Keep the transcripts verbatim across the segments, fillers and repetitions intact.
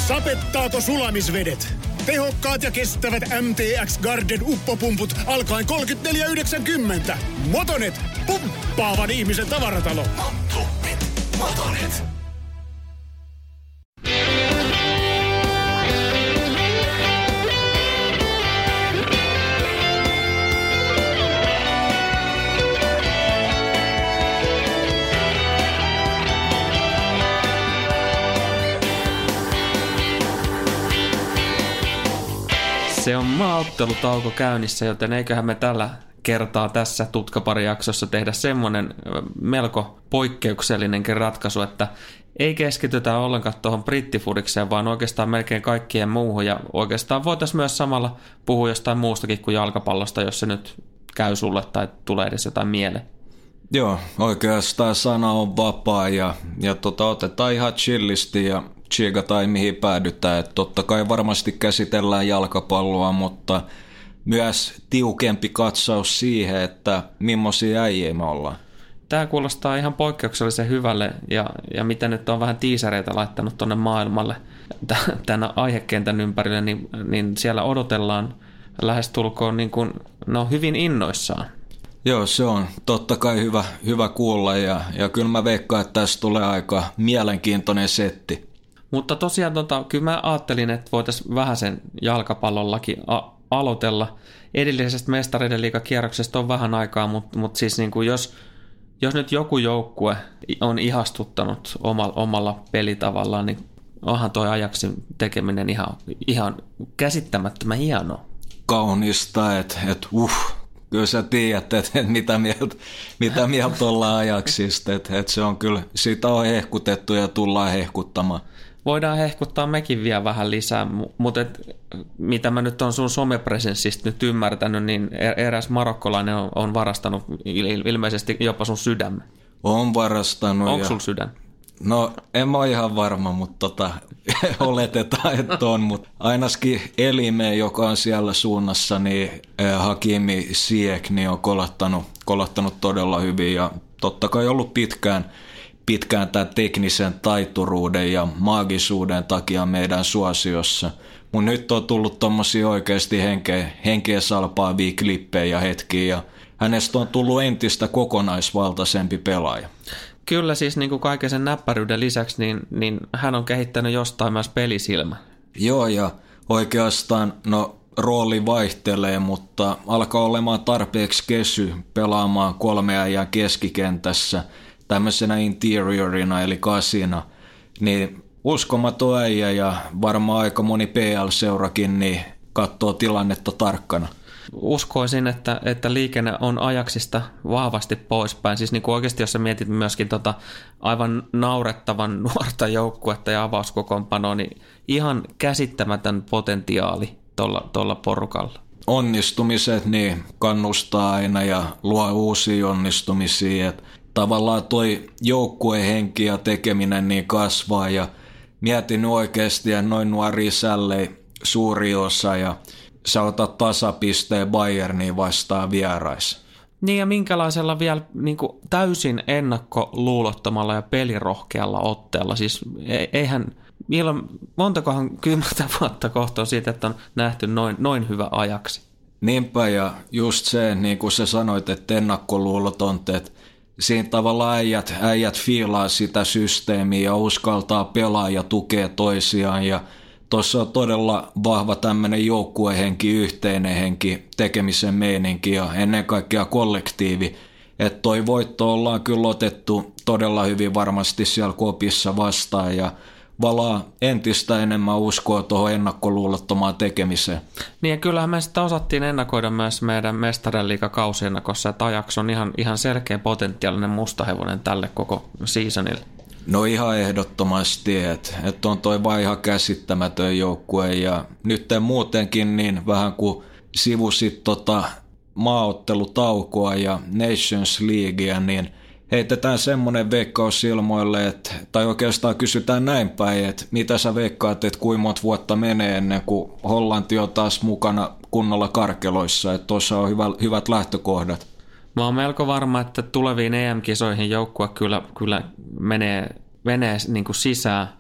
Sapettaako sulamisvedet? Tehokkaat ja kestävät M T X Garden uppopumput alkaen kolmekymmentäneljä yhdeksänkymmentä. Motonet, pumppaavan ihmisen tavaratalo. Motonet, Motonet. Se on maaottelutauko käynnissä, joten eiköhän me tällä kertaa tässä tutkaparijaksossa tehdä semmoinen melko poikkeuksellinenkin ratkaisu, että ei keskitytä ollenkaan tuohon brittifudikseen, vaan oikeastaan melkein kaikkien muuhun. Ja oikeastaan voitaisiin myös samalla puhua jostain muustakin kuin jalkapallosta, jos se nyt käy sulle tai tulee edes jotain mieleen. Joo, oikeastaan sana on vapaa ja, ja tota, otetaan ihan chillisti ja chiikataan mihin päädytään. Et totta kai varmasti käsitellään jalkapalloa, mutta myös tiukempi katsaus siihen, että millaisia äijä me ollaan. Tämä kuulostaa ihan poikkeuksellisen hyvälle ja, ja mitä nyt on vähän tiisäreitä laittanut tuonne maailmalle tämän aihekentän ympärille, niin, niin siellä odotellaan lähestulkoon niin kuin, no, hyvin innoissaan. Joo, se on totta kai hyvä, hyvä kuulla ja, ja kyllä mä veikkaan, että tässä tulee aika mielenkiintoinen setti. Mutta tosiaan tota, kyllä mä ajattelin, että voitaisiin vähän sen jalkapallollakin a- aloitella. Edellisestä mestareiden liigakierroksesta on vähän aikaa, mutta, mutta siis niin kuin jos, jos nyt joku joukkue on ihastuttanut omalla, omalla pelitavallaan, niin onhan toi Ajaxin tekeminen ihan, ihan käsittämättömän hienoa. Kaunista, että et, uh, kyllä sä tiedät, että et mitä mieltä mitä mieltä ollaan Ajaxista, että et se on kyllä, sitä on hehkutettu ja tullaan hehkuttamaan. Voidaan hehkuttaa mekin vielä vähän lisää, mutta et, mitä mä nyt on sun somepresenssistä nyt ymmärtänyt, niin eräs marokkolainen on, on varastanut il, ilmeisesti jopa sun sydämen. On varastanut. Onko ja... sulla sydän? No en mä ole ihan varma, mutta tota, oletetaan, että on. Mutta ainakin Elime, joka on siellä suunnassa, niin Hakimi Ziyech niin on kolahtanut, kolahtanut todella hyvin ja totta kai ollut pitkään pitkään tämän teknisen taituruuden ja maagisuuden takia meidän suosiossa. Mun nyt on tullut tommosia oikeasti henkeä, henkeä salpaavia klippejä ja hetkiä ja hänestä on tullut entistä kokonaisvaltaisempi pelaaja. Kyllä siis niin kuin kaiken sen näppäryyden lisäksi, niin, niin hän on kehittänyt jostain myös pelisilmä. Joo ja oikeastaan no rooli vaihtelee, mutta alkaa olemaan tarpeeksi kesy pelaamaan kolme äijän keskikentässä tämmöisenä interiorina eli kasina, niin uskomaton äijä ja varmaan aika moni P L-seurakin niin katsoo tilannetta tarkkana. Uskoisin, että, että liikenne on Ajaxista vahvasti poispäin. Siis niin kuin oikeasti, jos sä mietit myöskin tota aivan naurettavan nuorta joukkuetta ja avauskokoonpanoa, niin ihan käsittämätön potentiaali tuolla, tuolla porukalla. Onnistumiset niin kannustaa aina ja luo uusia onnistumisia, että tavallaan toi joukkuehenki ja tekeminen niin kasvaa ja mietin oikeasti, ja noin nuoria sällejä suuri osa ja sä otat tasapisteen Bayerniin vastaan vierais. Niin ja minkälaisella vielä niin kuin täysin ennakkoluulottomalla ja pelirohkealla otteella. Siis eihän, milloin, montakohan kymmentä vuotta kohta on siitä, että on nähty noin, noin hyvä Ajaksi. Niinpä ja just se, niin kuin sä sanoit, että ennakkoluulotonta, että siinä tavalla äijät, äijät fiilaa sitä systeemiä ja uskaltaa pelaa ja tukea toisiaan ja tuossa on todella vahva tämmöinen joukkuehenki, yhteinen henki, tekemisen meininki ja ennen kaikkea kollektiivi. Että toi voitto ollaan kyllä otettu todella hyvin varmasti siellä kopissa vastaan ja valaa entistä enemmän uskoa tuohon ennakkoluulottomaan tekemiseen. Niin ja kyllähän me sitä osattiin ennakoida myös meidän Mestariliigan kausiennakossa, että Ajax on ihan, ihan selkeä potentiaalinen mustahevonen tälle koko seasonille. No ihan ehdottomasti, että et on toi vaan ihan käsittämätön joukkue ja nyt muutenkin niin vähän kuin sivusit tota maaottelutaukoa ja Nations Leaguea, niin heitetään semmoinen veikkaus ilmoille, että, tai oikeastaan kysytään näin päin, että mitä sä veikkaat, että kuinka monta vuotta menee ennen kuin Hollanti on taas mukana kunnolla karkeloissa, että tuossa on hyvä, hyvät lähtökohdat. Mä oon melko varma, että tuleviin E M-kisoihin joukkue kyllä, kyllä menee, menee niin kuin sisään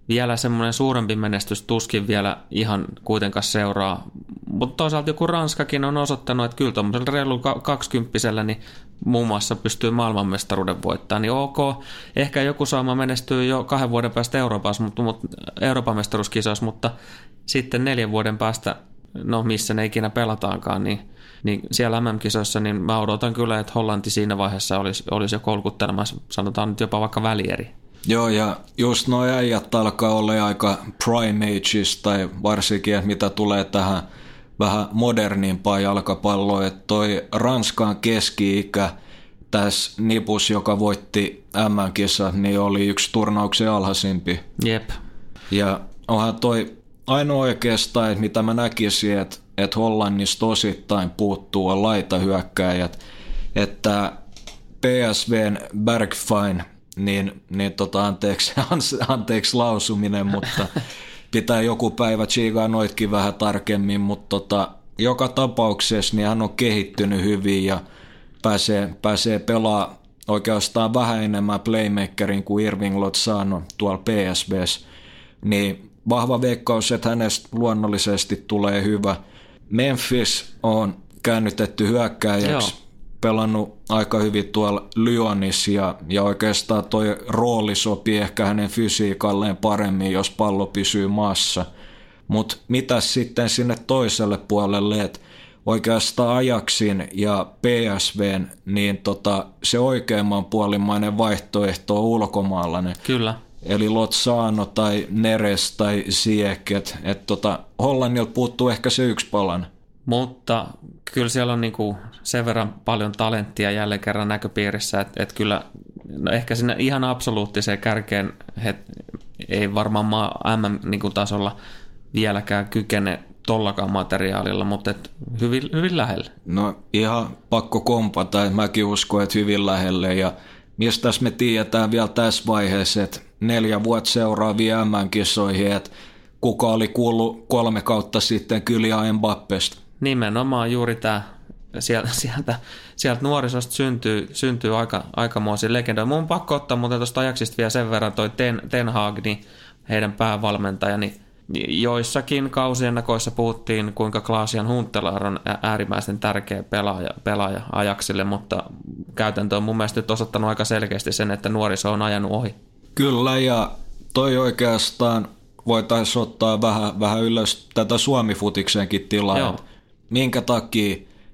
vielä semmoinen suurempi menestys tuskin vielä ihan kuitenkaan seuraa. Mutta toisaalta joku Ranskakin on osoittanut, että kyllä tuollaisella reilulla kaksikymppisellä niin muun muassa pystyy maailmanmestaruuden voittamaan. Niin ok, ehkä joku saama menestyy jo kahden vuoden päästä Euroopassa, mutta, mutta Euroopan mestaruuskisoissa, mutta sitten neljän vuoden päästä, no missä ne ikinä pelataankaan, niin, niin siellä M M-kisoissa, niin mä odotan kyllä, että Hollanti siinä vaiheessa olisi, olisi jo kolkuttelemassa, sanotaan nyt jopa vaikka välieri. Joo, ja just nuo äijät alkaa olla aika prime ages, tai varsinkin, että mitä tulee tähän vähän modernimpaan jalkapalloon, että toi Ranskan keski-ikä tässä nipus, joka voitti M M-kisat, niin oli yksi turnauksen alhaisempi. Jep. Ja onhan toi ainoa oikeastaan, että mitä mä näkisin, että, että Hollannista osittain puuttuu on laitahyökkääjät, että P S V:n Bergwijn, niin, niin tota, anteeksi, anteeksi lausuminen, mutta pitää joku päivä tsiigaa noitkin vähän tarkemmin, mutta tota, joka tapauksessa niin hän on kehittynyt hyvin ja pääsee, pääsee pelaamaan oikeastaan vähän enemmän playmakerin kuin Irving Lozano tuolla P S V:ssä, niin vahva veikkaus, että hänestä luonnollisesti tulee hyvä. Memphis on käännytetty hyökkääjäksi, Joo. pelannut aika hyvin tuolla Lyonissa ja, ja oikeastaan toi rooli sopii ehkä hänen fysiikalleen paremmin, jos pallo pysyy maassa. Mutta mitäs sitten sinne toiselle puolelle, että oikeastaan Ajaxin ja P S V:n, niin tota, se oikeamman puolimmainen vaihtoehto on ulkomaalainen. Kyllä. Eli Lozano tai Neres tai Ziyech, että et tota, Hollannilta puuttuu ehkä se yksi palan. Mutta kyllä siellä on niinku sen verran paljon talenttia jälleen kerran näköpiirissä, että et kyllä no ehkä sinne ihan absoluuttiseen kärkeen he, ei varmaan maa M M-tasolla vieläkään kykene tollakaan materiaalilla, mutta et hyvin, hyvin lähelle. No ihan pakko kompata, että mäkin uskon, että hyvin lähelle ja mistä me tiedetään vielä tässä vaiheessa, että neljä vuotta seuraavia M M-kisoihin, että kuka oli kuullut kolme kautta sitten Kylian Mbappesta. Nimenomaan juuri tämä, sieltä, sieltä, sieltä nuorisosta syntyy, syntyy aika, aikamoisia legendoja. Mun on pakko ottaa muuten tuosta Ajaxista vielä sen verran toi Ten, Ten Hag, niin heidän päävalmentaja, niin joissakin kausiennakoissa puhuttiin, kuinka Klaas-Jan Huntelaar on äärimmäisen tärkeä pelaaja, pelaaja Ajaxille, mutta käytäntö on mun mielestä nyt osoittanut aika selkeästi sen, että nuoriso on ajanut ohi. Kyllä, ja toi oikeastaan voitaisiin ottaa vähän, vähän ylös tätä Suomi-futiksenkin tilaa. Joo. Minkä takia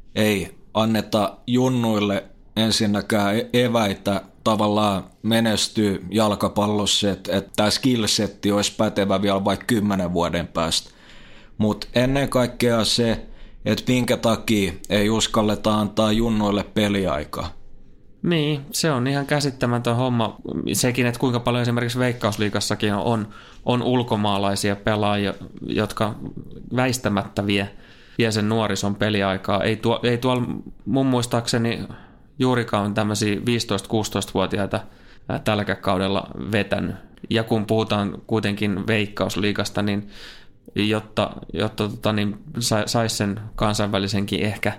ei anneta junnuille ensinnäkään eväitä tavallaan menestyy jalkapallossa, että, että tämä skillsetti olisi pätevä vielä vaikka kymmenen vuoden päästä. Mutta ennen kaikkea se, että minkä takia ei uskalleta antaa junnoille peliaikaa. Niin, se on ihan käsittämätön homma. Sekin, että kuinka paljon esimerkiksi Veikkausliigassakin on, on ulkomaalaisia pelaajia, jotka väistämättä vie, vie sen nuorison peliaikaa. Ei, tuo, ei tuolla mun muistaakseni juurikaan tämmöisiä viisitoista-kuusitoista-vuotiaita tälläkään kaudella vetänyt. Ja kun puhutaan kuitenkin Veikkausliigasta, niin jotta, jotta tota, niin saisi sen kansainvälisenkin ehkä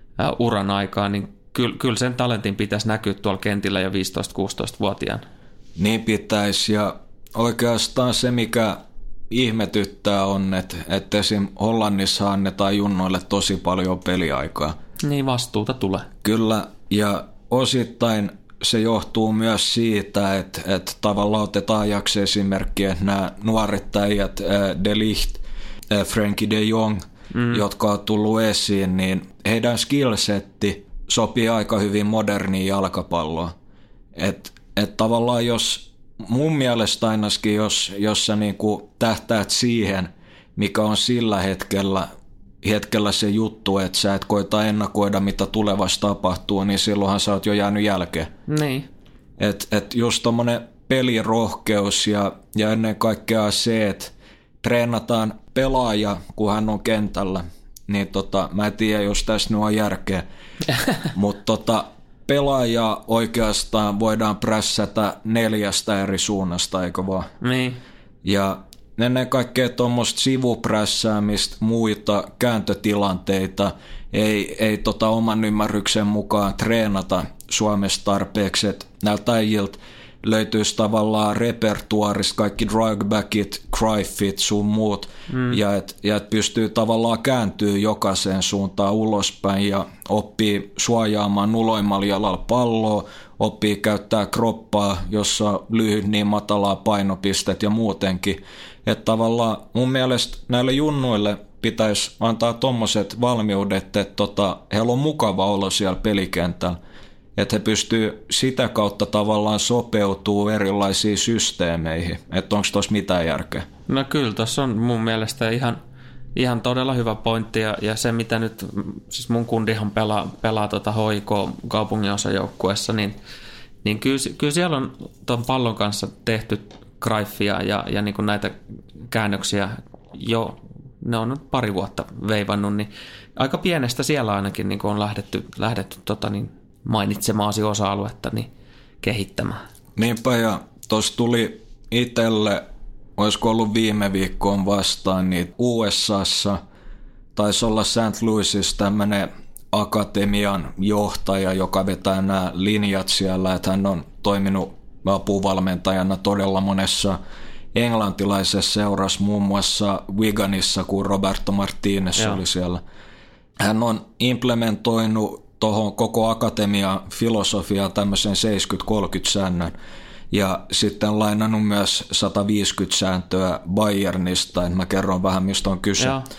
uran aikaa, niin kyllä, kyllä sen talentin pitäisi näkyä tuolla kentillä jo viisitoista-kuusitoista-vuotiaan. Niin pitäisi, ja oikeastaan se, mikä ihmetyttää on, että, että esim. Hollannissa annetaan junnoille tosi paljon peliaikaa. Niin, vastuuta tulee. Kyllä, ja osittain se johtuu myös siitä, että, että tavallaan otetaan Ajax esimerkkiä, että nämä nuoret äijät, De Ligt, Frenkie de Jong, mm. jotka on tullut esiin, niin heidän skillsetti sopii aika hyvin moderniin jalkapalloon. Että et tavallaan jos, mun mielestä ainakin, jos, jos sä niinku tähtäät siihen, mikä on sillä hetkellä, hetkellä se juttu, että sä et koita ennakoida, mitä tulevassa tapahtuu, niin silloinhan sä oot jo jäänyt jälkeen. Niin. Että et just tommonen pelirohkeus ja, ja ennen kaikkea se, että treenataan pelaaja, kun hän on kentällä, niin tota, mä en tiedä, jos tässä nyt on järkeä, mutta tota, pelaajaa oikeastaan voidaan prässätä neljästä eri suunnasta, eikö vaan? Niin. Ja ennen kaikkea tuommoista sivuprässäämistä, muita kääntötilanteita ei, ei tota oman ymmärryksen mukaan treenata Suomessa tarpeeksi, että näiltä äijiltä löytyisi tavallaan repertuarista kaikki drugbackit, cryfit sun muut, mm. ja että ja et pystyy tavallaan kääntyy jokaiseen suuntaan ulospäin ja oppii suojaamaan nuloimmalla jalalla palloa, oppii käyttää kroppaa, jossa on lyhyt niin matalaa painopistet ja muutenkin. Että tavallaan mun mielestä näille junnuille pitäisi antaa tommoset valmiudet, että tota, heillä on mukava olla siellä pelikentällä. Että he pystyy sitä kautta tavallaan sopeutuu erilaisiin systeemeihin. Että onko tuossa mitään järkeä? No kyllä, tuossa on mun mielestä ihan, ihan todella hyvä pointti. Ja, ja se, mitä nyt, siis mun kundihan pelaa, pelaa tuota H I K-kaupunginosajoukkueessa, niin, niin kyllä, kyllä siellä on tuon pallon kanssa tehty Cruyffia ja, ja niin kuin näitä käännöksiä jo, ne on nyt pari vuotta veivannut, niin aika pienestä siellä ainakin niin kuin on lähdetty, lähdetty tota niin, mainitsemaasi osa-aluetta niin kehittämään. Niinpä, ja tuossa tuli itselle, olisiko ollut viime viikkoon vastaan, niin U S A:ssa taisi olla Saint Louisissa tämmöinen akatemian johtaja, joka vetää nämä linjat siellä, että hän on toiminut apuvalmentajana todella monessa englantilaisessa seurassa, muun muassa Wiganissa, kun Roberto Martinez Joo. oli siellä. Hän on implementoinut tuohon koko akatemian filosofiaan tämmöisen seitsemänkymmentä kolmekymmentä säännön ja sitten lainannut myös sata viisikymmentä sääntöä Bayernista, että mä kerron vähän mistä on kyse. Joo.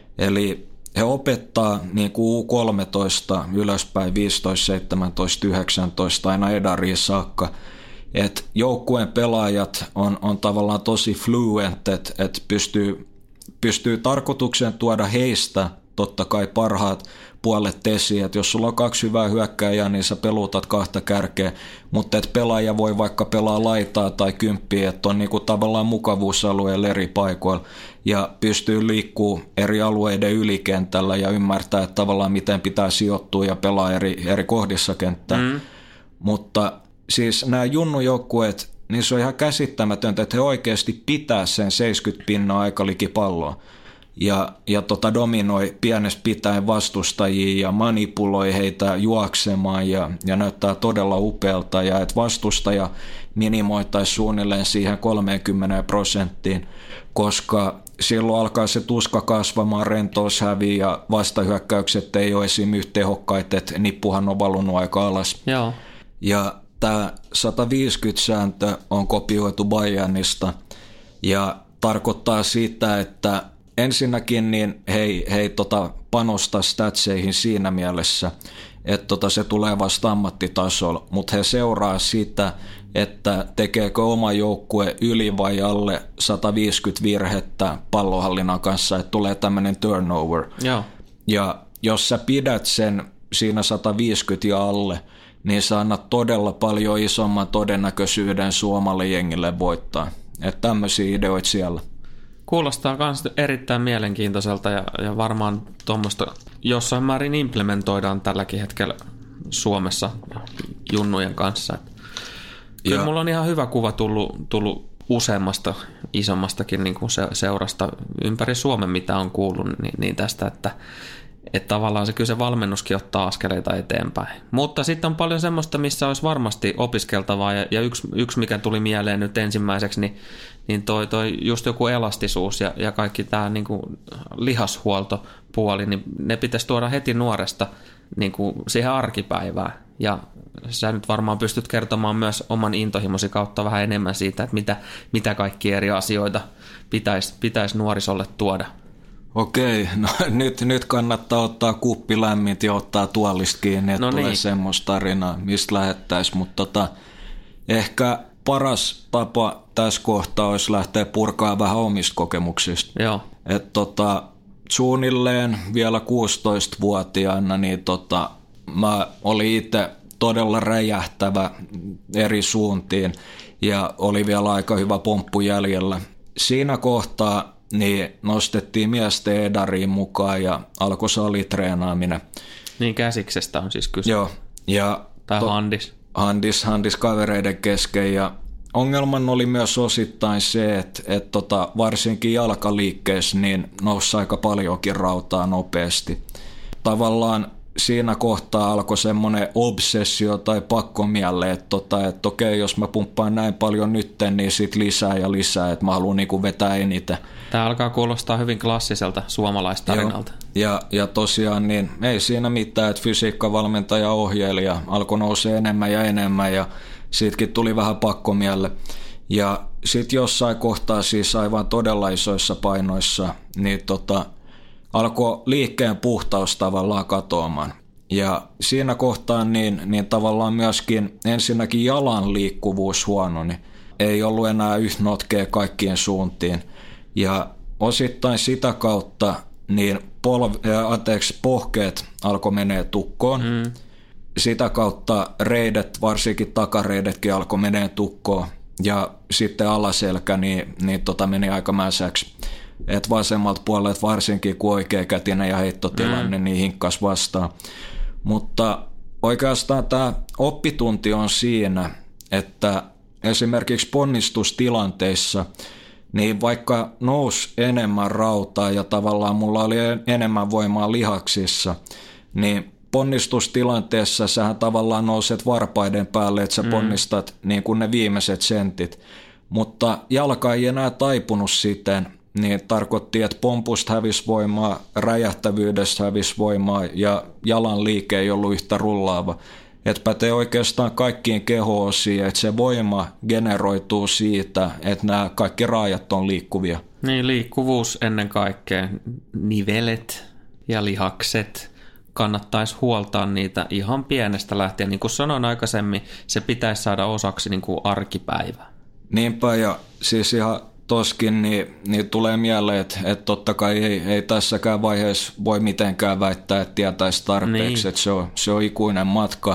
Eli he opettaa niin kuin U kolmetoista ylöspäin viisitoista, seitsemäntoista, yhdeksäntoista aina edariin saakka, että joukkueen pelaajat on, on tavallaan tosi fluent, että et pystyy, pystyy tarkoitukseen tuoda heistä totta kai parhaat puolet esiin, että jos sulla on kaksi hyvää hyökkääjää, niin sä peluutat kahta kärkeä, mutta että pelaaja voi vaikka pelaa laitaa tai kymppiä, että on niinku tavallaan mukavuusalueella eri paikoilla ja pystyy liikkuu eri alueiden ylikentällä ja ymmärtää että tavallaan miten pitää sijoittua ja pelaa eri, eri kohdissa kenttää. Mm. Mutta siis nämä junnujoukkueet, niin se on ihan käsittämätöntä, että he oikeasti pitää sen seitsemänkymmentä pinnaa aika liki palloa. Ja, ja tota dominoi pienestä pitäen vastustajia ja manipuloi heitä juoksemaan ja, ja näyttää todella upealta. Ja että vastustaja minimoitaisi suunnilleen siihen kolmekymmentä prosenttiin, koska silloin alkaa se tuska kasvamaan, rentous häviä ja vastahyökkäykset ei ole esim. Yhtä tehokkaita, että nippuhan on valunut aika alas. Joo. Ja tämä sata viisikymmentä sääntö on kopioitu Bayernista ja tarkoittaa sitä, että ensinnäkin niin he ei, he ei tota panosta statseihin siinä mielessä, että tota se tulee vasta ammattitasolla, mutta he seuraa sitä, että tekeekö oma joukkue yli vai alle sata viisikymmentä virhettä pallonhallinnan kanssa, että tulee tämmöinen turnover. Joo. Ja jos sä pidät sen siinä sata viisikymmentä ja alle, niin sä annat todella paljon isomman todennäköisyyden suomalle jengille voittaa. Että tämmöisiä ideoita siellä. Kuulostaa myös erittäin mielenkiintoiselta ja, ja varmaan tuommoista jossain määrin implementoidaan tälläkin hetkellä Suomessa junnujen kanssa. Kyllä ja. Mulla on ihan hyvä kuva tullut, tullut useammasta isommastakin niin kuin se, seurasta ympäri Suomen, mitä on kuullut, niin, niin tästä, että että tavallaan se kyllä se valmennuskin ottaa askeleita eteenpäin. Mutta sitten on paljon semmoista, missä olisi varmasti opiskeltavaa ja, ja yksi, yksi, mikä tuli mieleen nyt ensimmäiseksi, niin, niin toi, toi just joku elastisuus ja, ja kaikki tämä niin kuin lihashuoltopuoli, niin ne pitäisi tuoda heti nuoresta niin kuin siihen arkipäivään. Ja sä nyt varmaan pystyt kertomaan myös oman intohimosi kautta vähän enemmän siitä, että mitä, mitä kaikkia eri asioita pitäisi, pitäisi nuorisolle tuoda. Okei, no nyt, nyt kannattaa ottaa kuppi lämmintä ja ottaa tuolista kiinni, että no tulee niin. semmoista tarinaa, mistä lähettäisiin, mutta tota, ehkä paras tapa tässä kohtaa olisi lähteä purkaa vähän omista kokemuksista. Joo. Et tota, suunnilleen vielä kuusitoistavuotiaana niin tota, mä olin itse todella räjähtävä eri suuntiin ja oli vielä aika hyvä pomppu jäljellä. Siinä kohtaa niin nostettiin miesten edariin mukaan ja alkoi salitreenaaminen. Niin käsiksestä on siis kyse. Joo. Ja tai to, handis. Handis, handis kavereiden kesken ja ongelman oli myös osittain se, että, että tota, varsinkin jalkaliikkeessä niin nousi aika paljonkin rautaa nopeasti. Tavallaan siinä kohtaa alkoi semmoinen obsessio tai pakkomielle, että, tota, että okei, jos mä pumppaan näin paljon nytten, niin sit lisää ja lisää, että mä haluan niinku vetää eniten. Tämä alkaa kuulostaa hyvin klassiselta suomalaistarinalta. Ja, ja tosiaan niin ei siinä mitään, että fysiikkavalmentaja ohjailija alkoi nousee enemmän ja enemmän ja siitäkin tuli vähän pakkomielle. Ja sitten jossain kohtaa siis aivan todella isoissa painoissa, niin tota, alkoi liikkeen puhtaus tavallaan katoamaan. Ja siinä kohtaa niin, niin tavallaan myöskin ensinnäkin jalan liikkuvuus huononi. Ei ollut enää yhtä notkea kaikkien suuntiin. Ja osittain sitä kautta niin polv- äh, anteeksi, pohkeet alkoi menee tukkoon. Mm. Sitä kautta reidet, varsinkin takareidetkin alkoi menee tukkoon. Ja sitten alaselkä niin, niin tota meni aika mäsäksi. Et vasemmalta puolelta varsinkin kun oikeakätinen ja heittotilanne mm. niin hinkkas vastaan. Mutta oikeastaan tämä oppitunti on siinä, että esimerkiksi ponnistustilanteissa niin vaikka nousi enemmän rautaa ja tavallaan mulla oli enemmän voimaa lihaksissa, niin ponnistustilanteessa sähän tavallaan nouset varpaiden päälle, että sä mm. ponnistat niin kuin ne viimeiset sentit. Mutta jalka ei enää taipunut siten, niin tarkoitti, että pompusta hävisi voimaa, räjähtävyydestä hävisi voimaa ja jalan liike ei ollut yhtä rullaava. Että pätee oikeastaan kaikkiin keho-osiin, että se voima generoituu siitä, että nämä kaikki raajat on liikkuvia. Niin, liikkuvuus ennen kaikkea, nivelet ja lihakset, kannattaisi huoltaa niitä ihan pienestä lähtien. Niin kuin sanoin aikaisemmin, se pitäisi saada osaksi niin kuin arkipäivää. Niinpä, ja siis ihan toskin niin, niin tulee mieleen, että, että totta kai ei, ei tässäkään vaiheessa voi mitenkään väittää, että tietäisi tarpeeksi, niin. Että se on, se on ikuinen matka.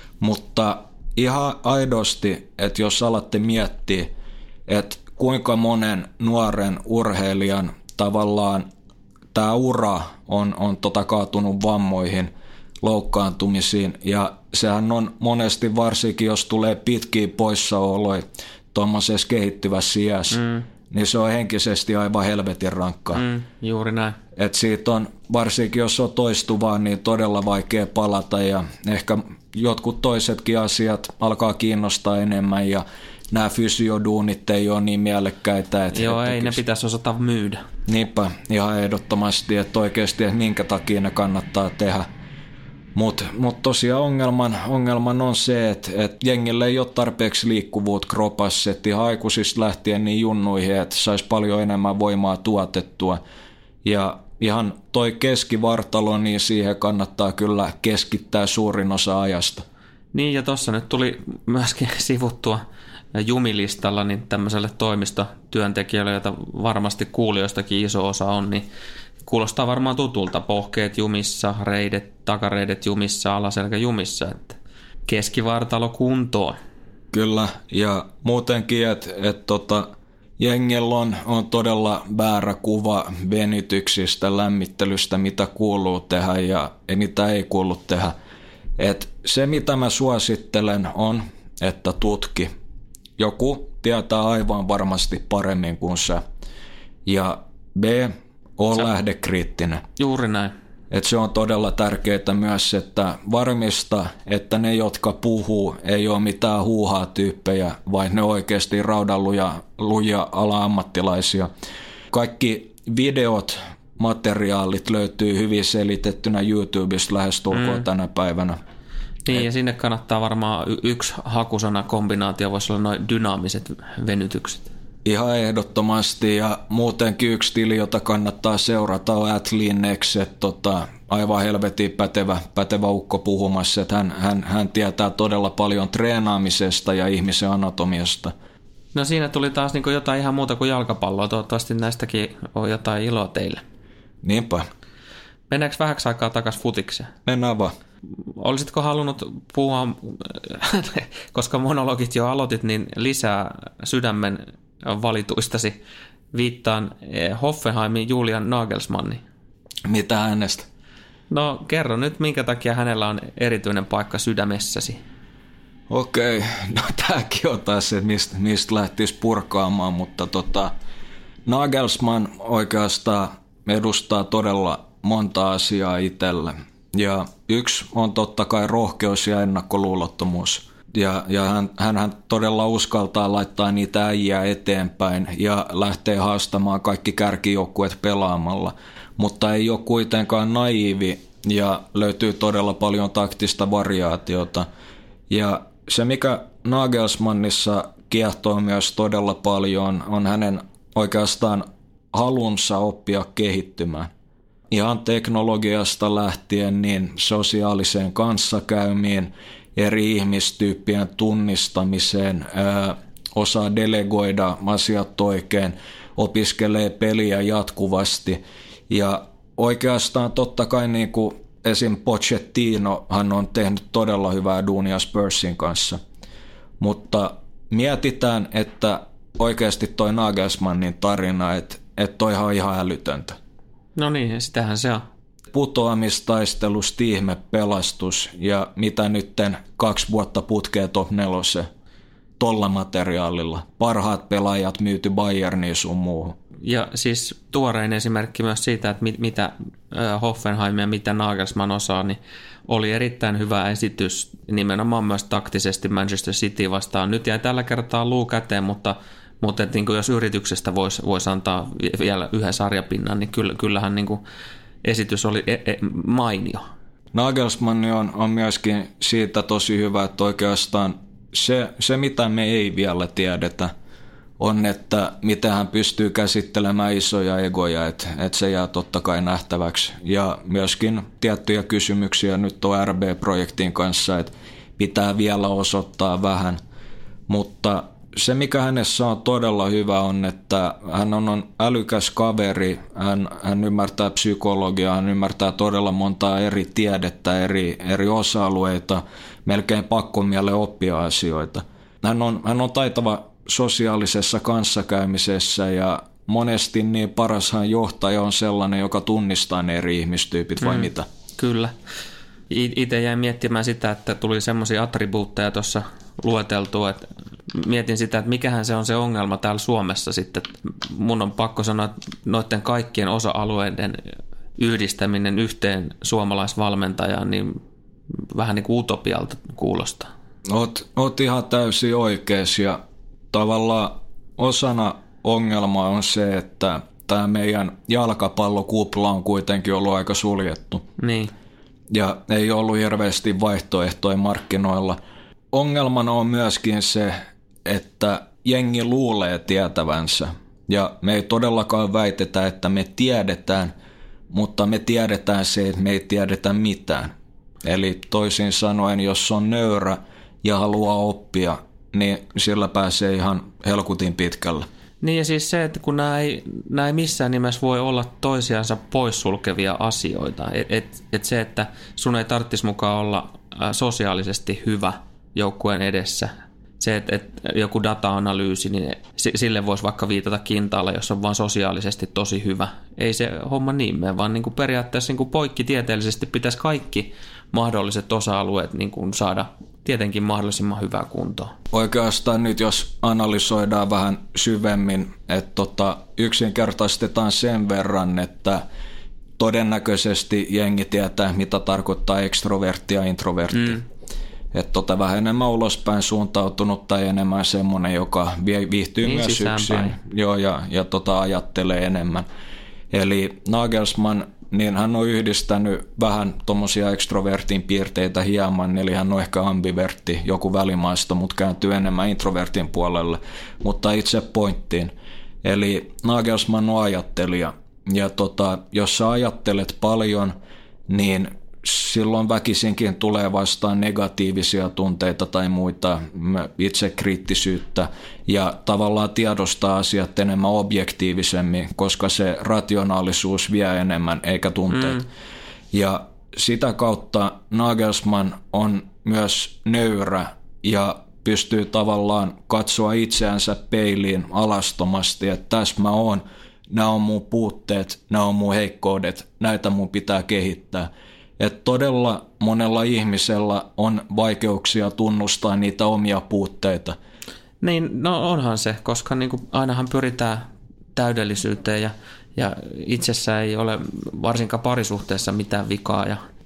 Mutta ihan aidosti, että jos alatte miettiä, että kuinka monen nuoren urheilijan tavallaan tämä ura on, on tota kaatunut vammoihin, loukkaantumisiin, ja sehän on monesti varsinkin, jos tulee pitkiä poissaoloja tuommoisessa kehittyvässä iässä, mm. niin se on henkisesti aivan helvetin rankkaa. Mm, juuri näin. Et siitä on, varsinkin jos on toistuvaa, niin todella vaikea palata, ja ehkä jotkut toisetkin asiat alkaa kiinnostaa enemmän, ja nämä fysioduunit ei ole niin mielekkäitä. Että Joo, ei ne pitäisi osata myydä. Niinpä, ihan ehdottomasti, että oikeasti, että minkä takia ne kannattaa tehdä. Mutta mut tosiaan ongelman, ongelman on se, että et jengille ei ole tarpeeksi liikkuvuutta kropassa, että ihan aikuisista lähtien niin junnuihin, että saisi paljon enemmän voimaa tuotettua. Ja ihan toi keskivartalo, niin siihen kannattaa kyllä keskittää suurin osa ajasta. Niin, ja tuossa nyt tuli myöskin sivuttua Jumilistalla niin tämmöiselle toimistotyöntekijöille, joita varmasti kuulijoistakin iso osa on, niin kuulostaa varmaan tutulta. Pohkeet jumissa, reidet, takareidet jumissa, alaselkä jumissa. Että keskivartalo kuntoon. Kyllä, ja muutenkin, että et tota, jengillä on, on todella väärä kuva venytyksistä, lämmittelystä, mitä kuuluu tehdä ja mitä ei kuulu tehdä. Et se, mitä mä suosittelen, on, että tutki. Joku tietää aivan varmasti paremmin kuin sä. Ja B, on lähdekriittinen. Juuri näin. Et se on todella tärkeää myös, että varmista, että ne, jotka puhuu, ei ole mitään huuhaa tyyppejä, vaan ne oikeasti raudanluja luja ala-ammattilaisia. Kaikki videot, materiaalit löytyy hyvin selitettynä YouTubesta lähestulkoon mm. tänä päivänä. Niin, ja sinne kannattaa varmaan y- yksi hakusana kombinaatio voisi olla noin dynaamiset venytykset. Ihan ehdottomasti, ja muutenkin yksi tili, jota kannattaa seurata, on Atlinex, että tota, aivan helvetin pätevä, pätevä ukko puhumassa, että hän, hän, hän tietää todella paljon treenaamisesta ja ihmisen anatomiasta. No siinä tuli taas niin kuin jotain ihan muuta kuin jalkapalloa, toivottavasti näistäkin on jotain iloa teille. Niinpä. Mennäänkö vähäksi aikaa takaisin futikseen? Mennään vaan. Olisitko halunnut puhua, koska monologit jo aloitit, niin lisää sydämen valituistasi, viittaan Hoffenheimin Julian Nagelsmanniin. Mitä hänestä? No kerro nyt, minkä takia hänellä on erityinen paikka sydämessäsi. Okei, no tämäkin on taas se, mistä, mistä lähtisi purkaamaan, mutta tota, Nagelsmann oikeastaan edustaa todella monta asiaa itselle. Ja yksi on totta kai rohkeus ja ennakkoluulottomuus. Ja, ja hän, hänhän todella uskaltaa laittaa niitä äijää eteenpäin ja lähtee haastamaan kaikki kärkijoukkueet pelaamalla. Mutta ei ole kuitenkaan naiivi ja löytyy todella paljon taktista variaatiota. Ja se, mikä Nagelsmannissa kiehtoo myös todella paljon, on hänen oikeastaan halunsa oppia kehittymään. Ihan teknologiasta lähtien niin sosiaaliseen kanssakäymiin, eri ihmistyyppien tunnistamiseen, ää, osaa delegoida asiat oikein, opiskelee peliä jatkuvasti. Ja oikeastaan totta kai niin kuin esim. Pochettino, hän on tehnyt todella hyvää duunia Spursin kanssa. Mutta mietitään, että oikeasti toi Nagelsmannin tarina, että, että toi on ihan älytöntä. No niin, sitähän se on. Putoamistaistelusta ihme pelastus ja mitä nytten kaksi vuotta putkee top neloseen tolla materiaalilla. Parhaat pelaajat myyty Bayerniin sun muuhun. Ja siis tuorein esimerkki myös siitä, että mit, mitä Hoffenheim ja mitä Nagelsmann osaa, niin oli erittäin hyvä esitys nimenomaan myös taktisesti Manchester City vastaan. Nyt jäi tällä kertaa luu käteen, mutta, mutta että niin kuin jos yrityksestä voisi vois antaa vielä yhden sarjapinnan, niin kyllähän niin kuin esitys oli e- e- mainio. Nagelsmann on, on myöskin siitä tosi hyvä, että oikeastaan se, se mitä me ei vielä tiedetä, on, että miten hän pystyy käsittelemään isoja egoja, että, että se jää totta kai nähtäväksi. Ja myöskin tiettyjä kysymyksiä nyt on R B-projektin kanssa, että pitää vielä osoittaa vähän. Mutta se, mikä hänessä on todella hyvä, on, että hän on, on älykäs kaveri, hän, hän ymmärtää psykologiaa, hän ymmärtää todella montaa eri tiedettä, eri, eri osa-alueita, melkein pakkomielle oppia asioita. Hän on, hän on taitava sosiaalisessa kanssakäymisessä ja monesti niin parashan johtaja on sellainen, joka tunnistaa ne eri ihmistyypit vai mm, mitä? Kyllä. Itse jäin miettimään sitä, että tuli semmoisia attribuutteja tuossa lueteltua, että mietin sitä, että mikähän se on se ongelma täällä Suomessa sitten. Mun on pakko sanoa, että noiden kaikkien osa-alueiden yhdistäminen yhteen suomalaisvalmentajaan, niin vähän niin kuin utopialta kuulostaa. Oot, oot ihan täysin oikeas ja tavallaan osana ongelmaa on se, että tämä meidän jalkapallokupla on kuitenkin ollut aika suljettu. Niin. Ja ei ollut hirveästi vaihtoehtoja markkinoilla. Ongelmana on myöskin se, että jengi luulee tietävänsä. Ja me ei todellakaan väitetä, että me tiedetään, mutta me tiedetään se, että me ei tiedetä mitään. Eli toisin sanoen, jos on nöyrä ja haluaa oppia, niin sillä pääsee ihan helkutin pitkälle. Niin ja siis se, että kun nämä ei, nämä ei missään nimessä voi olla toisiansa poissulkevia asioita. Että et, et se, että sun ei tarvitsisi mukaan olla sosiaalisesti hyvä joukkueen edessä. Se, että et joku data-analyysi, niin sille voisi vaikka viitata kintaalla, jos on vaan sosiaalisesti tosi hyvä. Ei se homma niin mene, vaan niin kuin periaatteessa niin kuin poikkitieteellisesti pitäisi kaikki mahdolliset osa-alueet niin kuin saada tietenkin mahdollisimman hyvää kuntoa. Oikeastaan nyt jos analysoidaan vähän syvemmin, että tota, yksinkertaistetaan sen verran, että todennäköisesti jengi tietää, mitä tarkoittaa ekstrovertti ja introvertti. Mm. Että tota, vähän enemmän ulospäin suuntautunut tai enemmän semmoinen, joka viihtyy niin myös yksin joo, ja, ja tota, ajattelee enemmän. Eli Nagelsmann, niin hän on yhdistänyt vähän tuommoisia ekstrovertin piirteitä hieman, eli hän on ehkä ambivertti, joku välimaisto, mutta kääntyy enemmän introvertin puolelle, mutta itse pointtiin. Eli Nagelsmann on ajattelija, ja tota, jos sä ajattelet paljon, niin silloin väkisinkin tulee vastaan negatiivisia tunteita tai muita itsekriittisyyttä ja tavallaan tiedostaa asiat enemmän objektiivisemmin, koska se rationaalisuus vie enemmän eikä tunteet. Mm. Ja sitä kautta Nagelsmann on myös nöyrä ja pystyy tavallaan katsoa itseänsä peiliin alastomasti, että tässä mä oon, nämä on mun puutteet, nämä on mun heikkoudet, näitä mun pitää kehittää. Että todella monella ihmisellä on vaikeuksia tunnustaa niitä omia puutteita. Niin, no onhan se, koska niin kuin ainahan pyritään täydellisyyteen ja, ja itsessä ei ole varsinkaan parisuhteessa mitään vikaa. Ja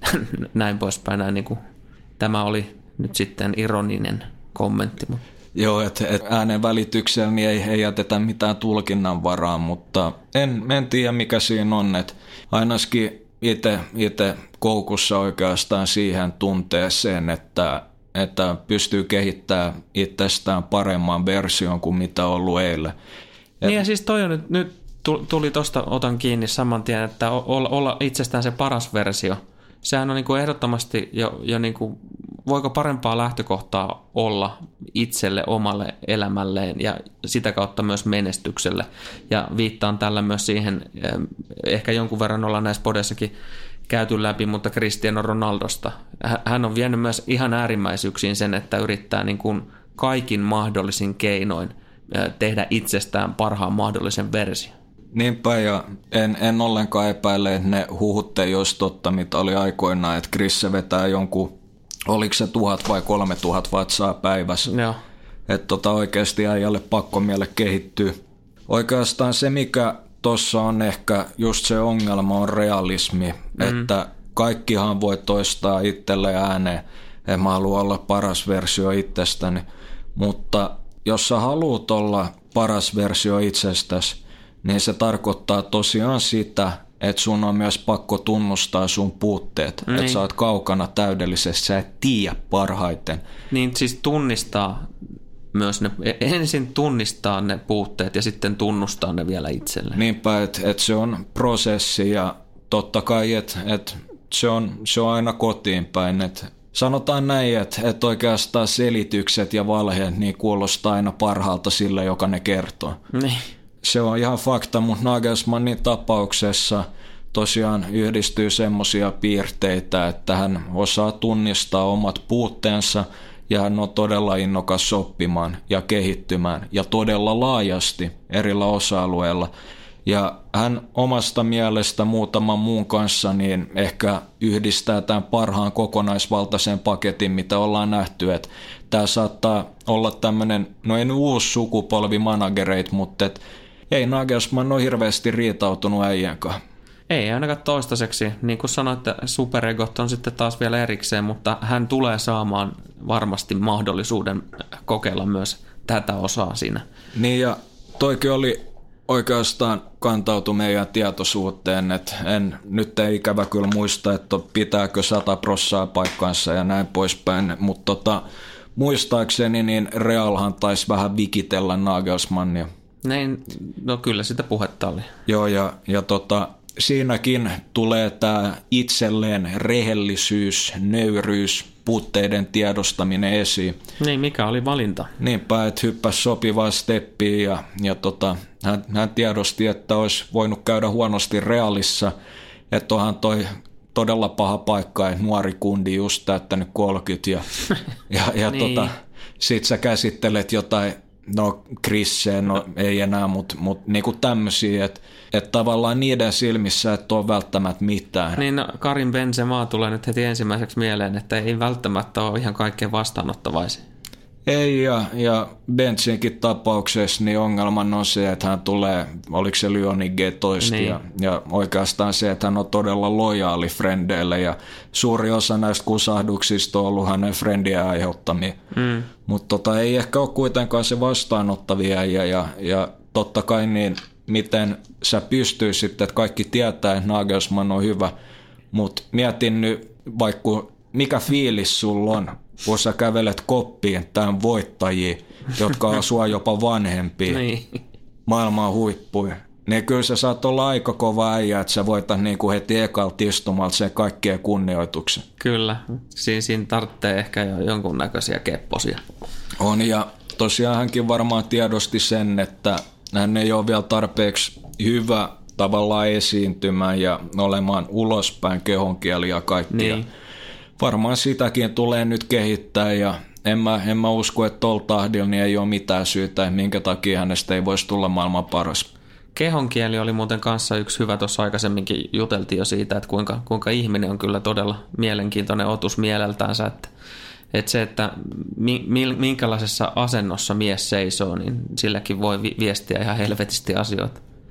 näin poispäin. Näin, niin kuin, tämä oli nyt sitten ironinen kommentti. Joo, että et äänen välityksellä niin ei, ei jätetä mitään tulkinnan varaa, mutta en, en tiedä mikä siinä on, että ainakin itse koukussa oikeastaan siihen tunteeseen, että, että pystyy kehittämään itsestään paremman version kuin mitä on ollut eilen. Et... Niin ja siis toi on nyt, nyt tuli tuosta, otan kiinni saman tien, että olla, olla itsestään se paras versio. Sehän on niin kuin ehdottomasti jo, jo niin kuin, voiko parempaa lähtökohtaa olla itselle, omalle elämälleen ja sitä kautta myös menestykselle. Ja viittaan tällä myös siihen, ehkä jonkun verran ollaan näissä podessakin käyty läpi, mutta Cristiano Ronaldosta. Hän on vienyt myös ihan äärimmäisyyksiin sen, että yrittää niin kuin kaikin mahdollisin keinoin tehdä itsestään parhaan mahdollisen version. Niinpä, ja en, en ollenkaan epäile, että ne huhut ei olisi totta, mitä oli aikoinaan, että Chris vetää jonkun, oliko se tuhat vai kolme tuhat vatsaa päivässä. Joo. Että tota oikeasti äijälle pakkomielle kehittyy. Oikeastaan se, mikä tuossa on ehkä just se ongelma, on realismi, mm. että kaikkihan voi toistaa itselle ääneen, että mä haluan olla paras versio itsestäni, mutta jos sä haluat olla paras versio itsestäsi, niin se tarkoittaa tosiaan sitä, että sun on myös pakko tunnustaa sun puutteet. Niin. Että sä oot kaukana täydellisesti, sä et tiedä parhaiten. Niin siis tunnistaa myös ne, ensin tunnistaa ne puutteet ja sitten tunnustaa ne vielä itselleen. Niinpä, että et se on prosessi ja totta kai, että et se, on, se on aina kotiin päin. Et sanotaan näin, että et oikeastaan selitykset ja valheet niin kuulostaa aina parhaalta sille, joka ne kertoo. Niin. Se on ihan fakta, mutta Nagelsmannin tapauksessa tosiaan yhdistyy semmoisia piirteitä, että hän osaa tunnistaa omat puutteensa ja hän on todella innokas oppimaan ja kehittymään ja todella laajasti erillä osa-alueilla. Ja hän omasta mielestä muutaman muun kanssa niin ehkä yhdistää tämän parhaan kokonaisvaltaisen paketin, mitä ollaan nähty, että tämä saattaa olla tämmöinen, no en uusi sukupolvi managereit, mutta et ei Nagelsmann ole hirveästi riitautunut äijänkaan. Ei ainakaan toistaiseksi. Niin kuin sanoitte, superegot on sitten taas vielä erikseen, mutta hän tulee saamaan varmasti mahdollisuuden kokeilla myös tätä osaa siinä. Niin ja toikin oli oikeastaan kantautui meidän tietoisuuteen, että en, nyt ei ikävä kyllä muista, että pitääkö sata prossaa paikkansa ja näin poispäin, mutta tota, muistaakseni niin Realhan taisi vähän vikitellä Nagelsmannia. Näin, no kyllä sitä puhetta oli. Joo, ja, ja tota, siinäkin tulee tämä itselleen rehellisyys, nöyryys, puutteiden tiedostaminen esiin. Niin, mikä oli valinta? Niinpä, että hyppäsi sopivaa steppiä ja, ja tota, hän, hän tiedosti, että olisi voinut käydä huonosti Realissa, että onhan toi todella paha paikka, että nuori kundi just täyttänyt kolmekymmentä ja, ja, ja niin. tota, sit sä käsittelet jotain. No Chrisse, no ei enää, mutta mut, niinku tämmöisiä, että et tavallaan niiden silmissä et ole välttämättä mitään. Niin no, Karim Benzema tulee nyt heti ensimmäiseksi mieleen, että ei välttämättä ole ihan kaikkein vastaanottavaisia. Ei, ja, ja Benzinkin tapauksessa niin ongelman on se, että hän tulee, oliko se Lyonin getoista, niin. ja, ja oikeastaan se, että hän on todella lojaali frendeille, ja suuri osa näistä kusahduksista on ollut hänen frendien aiheuttamia. Mm. Mutta tota, ei ehkä ole kuitenkaan se vastaanottavia, ja, ja, ja totta kai niin, miten sä pystyisit, että kaikki tietää, että Nagelsmann on hyvä, mutta mietin nyt, vaikka mikä fiilis sulla on, kun sä kävelet koppiin tämän voittajia, jotka on sua jopa vanhempia, niin. maailman huippuja. Niin kyllä sä saat olla aika kova äijä, että sä voitat niin kuin heti ekalta istumalta sen kaikkien kunnioituksen. Kyllä, siinä, siinä tarvitsee ehkä jo jonkunnäköisiä kepposia. On, ja tosiaan hänkin varmaan tiedosti sen, että hän ei ole vielä tarpeeksi hyvä tavallaan esiintymään ja olemaan ulospäin kehonkieli ja kaikkia. Niin. Varmaan sitäkin tulee nyt kehittää ja en mä, en mä usko, että tuolla tahdilla niin ei ole mitään syytä, minkä takia hänestä ei voisi tulla maailman paras. Kehonkieli oli muuten kanssa yksi hyvä, tuossa aikaisemminkin juteltiin jo siitä, että kuinka, kuinka ihminen on kyllä todella mielenkiintoinen otus mieleltänsä, että, että se, että mi, minkälaisessa asennossa mies seisoo, niin silläkin voi viestiä ihan helvetisti asioita.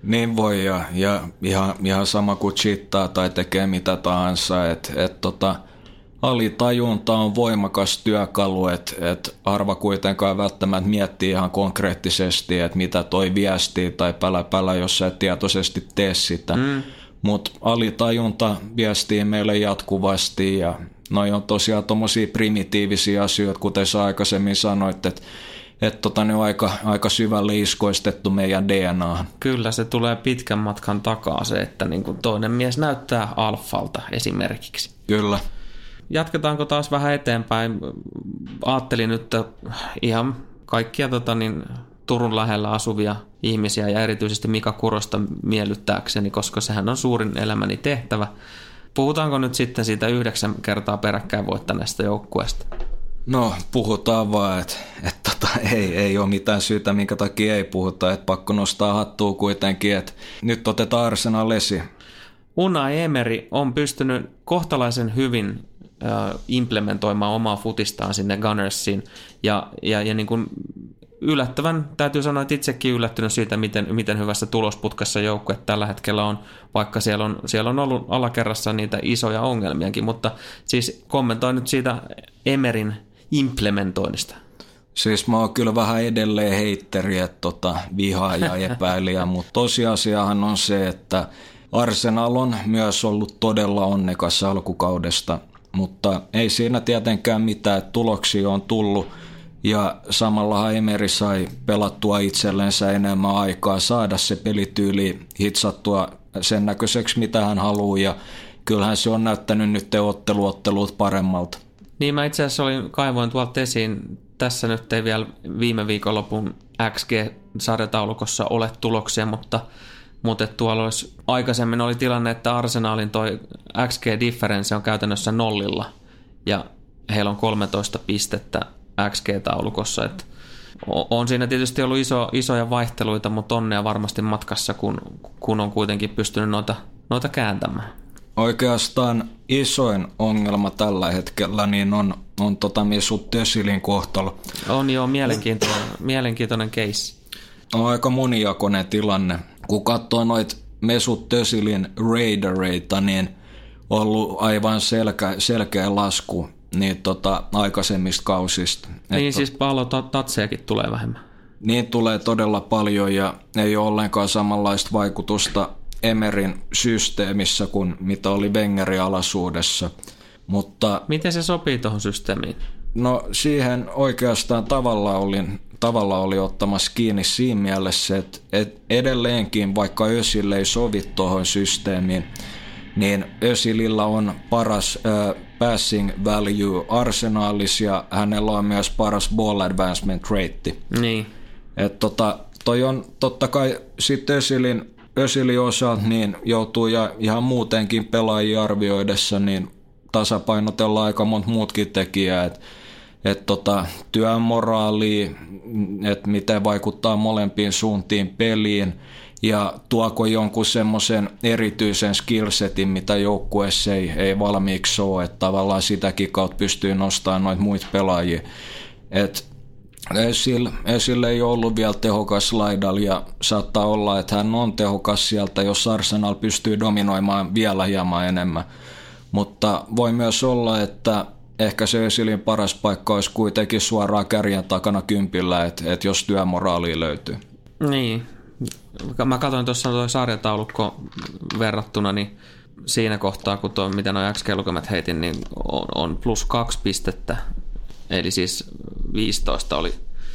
Niin voi ja, ja ihan, ihan sama kuin cheattaa tai tekee mitä tahansa, että et tota, alitajunta on voimakas työkalu, että et harva kuitenkaan välttämättä miettii ihan konkreettisesti, että mitä toi viestii tai pälä pälä, jos sä et tietoisesti tee sitä. Mm. Mutta alitajunta viestii meille jatkuvasti ja noi on tosiaan tommosia primitiivisiä asioita, kuten sä aikaisemmin sanoit, että et tota, ne on aika, aika syvälle iskoistettu meidän D N A:han. Kyllä, se tulee pitkän matkan takaa se, että niin kuin toinen mies näyttää alfalta esimerkiksi. Kyllä. Jatketaanko taas vähän eteenpäin? Aattelin nyt että ihan kaikkia tota, niin, Turun lähellä asuvia ihmisiä ja erityisesti Mika Kurosta miellyttääkseni, koska sehän on suurin elämäni tehtävä. Puhutaanko nyt sitten siitä yhdeksän kertaa peräkkäin voittaneesta joukkueesta? No, puhutaan vaan, että et, tota, ei, ei ole mitään syytä, minkä takia ei puhuta. Et pakko nostaa hattua kuitenkin, että nyt otetaan Arsenal esiin. Unai Emery on pystynyt kohtalaisen hyvin äh, implementoimaan omaa futistaan sinne Gunnersiin ja, ja, ja niin kuin yllättävän, täytyy sanoa, että itsekin yllättynyt siitä, miten, miten hyvässä tulosputkassa joukkue tällä hetkellä on, vaikka siellä on, siellä on ollut alakerrassa niitä isoja ongelmiakin, mutta siis kommentoin nyt siitä Emeryn implementoinnista. Siis mä oon kyllä vähän edelleen heitteri, että tota, vihaa ja epäilijä, mutta tosiasiahan on se, että Arsenal on myös ollut todella onnekas alkukaudesta, mutta ei siinä tietenkään mitään, että tuloksia on tullut. Ja samallahan Emery sai pelattua itsellensä enemmän aikaa, saada se pelityyli hitsattua sen näköiseksi, mitä hän haluaa, ja kyllähän se on näyttänyt nyt otteluottelut paremmalta. Niin mä itse asiassa olin, kaivoin tuolta esiin, tässä nyt ei vielä viime viikonlopun X G-sarjataulukossa ole tuloksia, mutta, mutta tuolla olisi, aikaisemmin oli tilanne, että Arsenalin toi X G-differenssi on käytännössä nollilla, ja heillä on kolmetoista pistettä X G-taulukossa. Että on siinä tietysti ollut iso, isoja vaihteluita, mutta onnea varmasti matkassa, kun, kun on kuitenkin pystynyt noita, noita kääntämään. Oikeastaan isoin ongelma tällä hetkellä niin on, on tota Mesut Özilin kohtalo. On joo, mielenkiintoinen, mielenkiintoinen case. On aika monijakoinen tilanne. Kun katsoo noita Mesut Özilin raidereita, niin on ollut aivan selkeä, selkeä lasku niin tota, aikaisemmista kausista. Niin että, siis pallo tatseakin tulee vähemmän. Niin tulee todella paljon ja ei ole ollenkaan samanlaista vaikutusta Emeryn systeemissä kuin mitä oli Wengerin alaisuudessa. Mutta, miten se sopii tuohon systeemiin? No siihen oikeastaan tavalla oli, tavalla oli ottamassa kiinni siinä mielessä, että, että edelleenkin vaikka Özil ei sovi tuohon systeemiin, niin Özilillä on paras äh, passing value Arsenalissa ja hänellä on myös paras ball advancement rate. Niin. Et tota, toi on totta kai sitten Özilin, Özilin osalta niin joutuu ja ihan muutenkin pelaajia arvioidessa niin tasapainotellaan aika monta muutkin tekijää, että et tota, työn moraali, että miten vaikuttaa molempiin suuntiin peliin ja tuoko jonkun semmoisen erityisen skillsetin, mitä joukkueessa ei, ei valmiiksi ole, että tavallaan sitäkin kautta pystyy nostamaan noita muita pelaajia. Et Özil, Özil ei ollut vielä tehokas laidalla ja saattaa olla, että hän on tehokas sieltä, jos Arsenal pystyy dominoimaan vielä hieman enemmän. Mutta voi myös olla, että ehkä se Özilin paras paikka olisi kuitenkin suoraan kärjen takana kympillä, että, että jos työmoraali löytyy. Niin. Mä katsoin tuossa tuo sarjataulukko verrattuna, niin siinä kohtaa, kun tuo, mitä nuo X G-lukemat heitin, niin on, on plus kaksi pistettä. Eli siis viisitoista oli,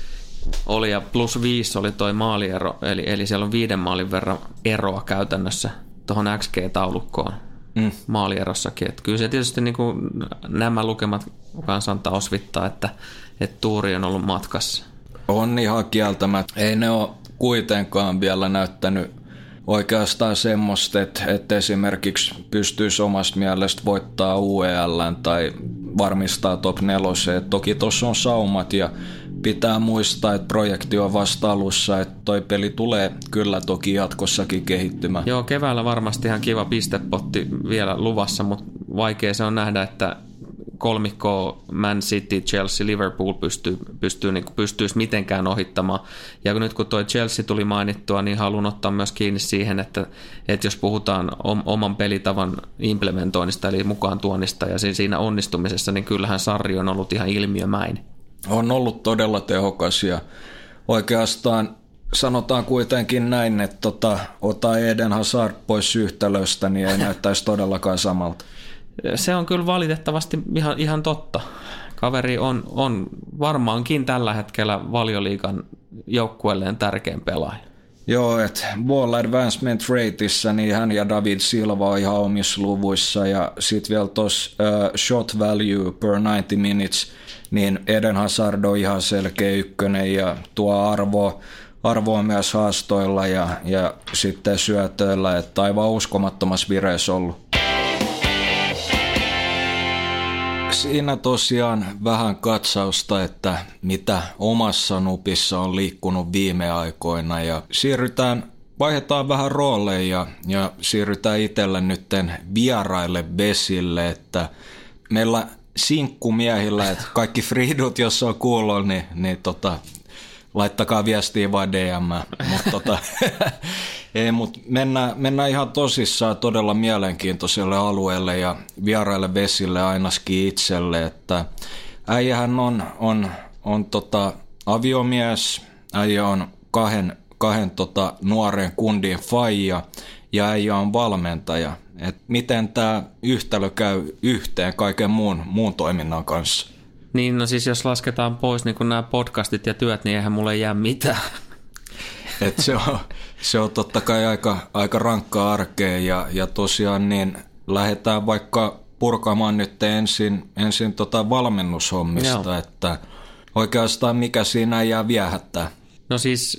oli ja plus viisi oli toi maaliero, eli, eli siellä on viiden maalin verran eroa käytännössä tuohon X G-taulukkoon mm. maalierossakin. Et kyllä se tietysti niin kuin nämä lukemat kanssa antaa osvittaa, että, että tuuri on ollut matkassa. On ihan kieltämättä. Ei ne ole kuitenkaan vielä näyttänyt oikeastaan semmoista, että, että esimerkiksi pystyisi omasta mielestä voittaa U E L:n tai varmistaa top neloseen. Toki tuossa on saumat ja pitää muistaa, että projekti on vasta alussa, että toi peli tulee kyllä toki jatkossakin kehittymään. Joo, keväällä varmasti ihan kiva pistepotti vielä luvassa, mutta vaikea se on nähdä, että kolmikkoa Man City, Chelsea, Liverpool pystyy, pystyy, niin pystyisi mitenkään ohittamaan. Ja nyt kun tuo Chelsea tuli mainittua, niin haluan ottaa myös kiinni siihen, että, että jos puhutaan oman pelitavan implementoinnista, eli mukaan tuonnista ja siinä onnistumisessa, niin kyllähän Sarri on ollut ihan ilmiömäinen. On ollut todella tehokas ja oikeastaan sanotaan kuitenkin näin, että tota, ota Eden Hazard pois yhtälöstä, niin ei näyttäisi todellakaan samalta. Se on kyllä valitettavasti ihan, ihan totta. Kaveri on, on varmaankin tällä hetkellä Valioliigan joukkueelleen tärkein pelaaja. Joo, että ball advancement rateissa niin hän ja David Silva on ihan omissa luvuissa ja sitten vielä tuossa uh, shot value per ninety minutes, niin Eden Hazard on ihan selkeä ykkönen ja tuo arvo, arvo on myös haastoilla ja, ja sitten syötöillä, että aivan uskomattomassa vireessä ollut. Siinä tosiaan vähän katsausta, että mitä omassa nupissa on liikkunut viime aikoina ja siirrytään, vaihdetaan vähän rooleja ja, ja siirrytään itselle nytten vieraille vesille, että meillä sinkkumiehillä, että kaikki Fridut, jos on kuullut, niin, niin tota, laittakaa viestiä vaan D M. Mutta tota, ei, mut mennään, mennään ihan tosissaan todella mielenkiintoiselle alueelle ja vieraille vesille ainakin itselle, että äijähän on, on, on tota aviomies, äijä on kahden, kahden tota nuoren kundin faija ja äijä on valmentaja. Et miten tämä yhtälö käy yhteen kaiken muun, muun toiminnan kanssa? Niin, no siis jos lasketaan pois niin kun nämä podcastit ja työt, niin eihän mulle jää mitään. Et se, on, se on totta kai aika, aika rankkaa arkea ja, ja tosiaan niin lähdetään vaikka purkamaan nyt ensin, ensin tota valmennushommista, Joo. että oikeastaan mikä siinä jää viehättää. No siis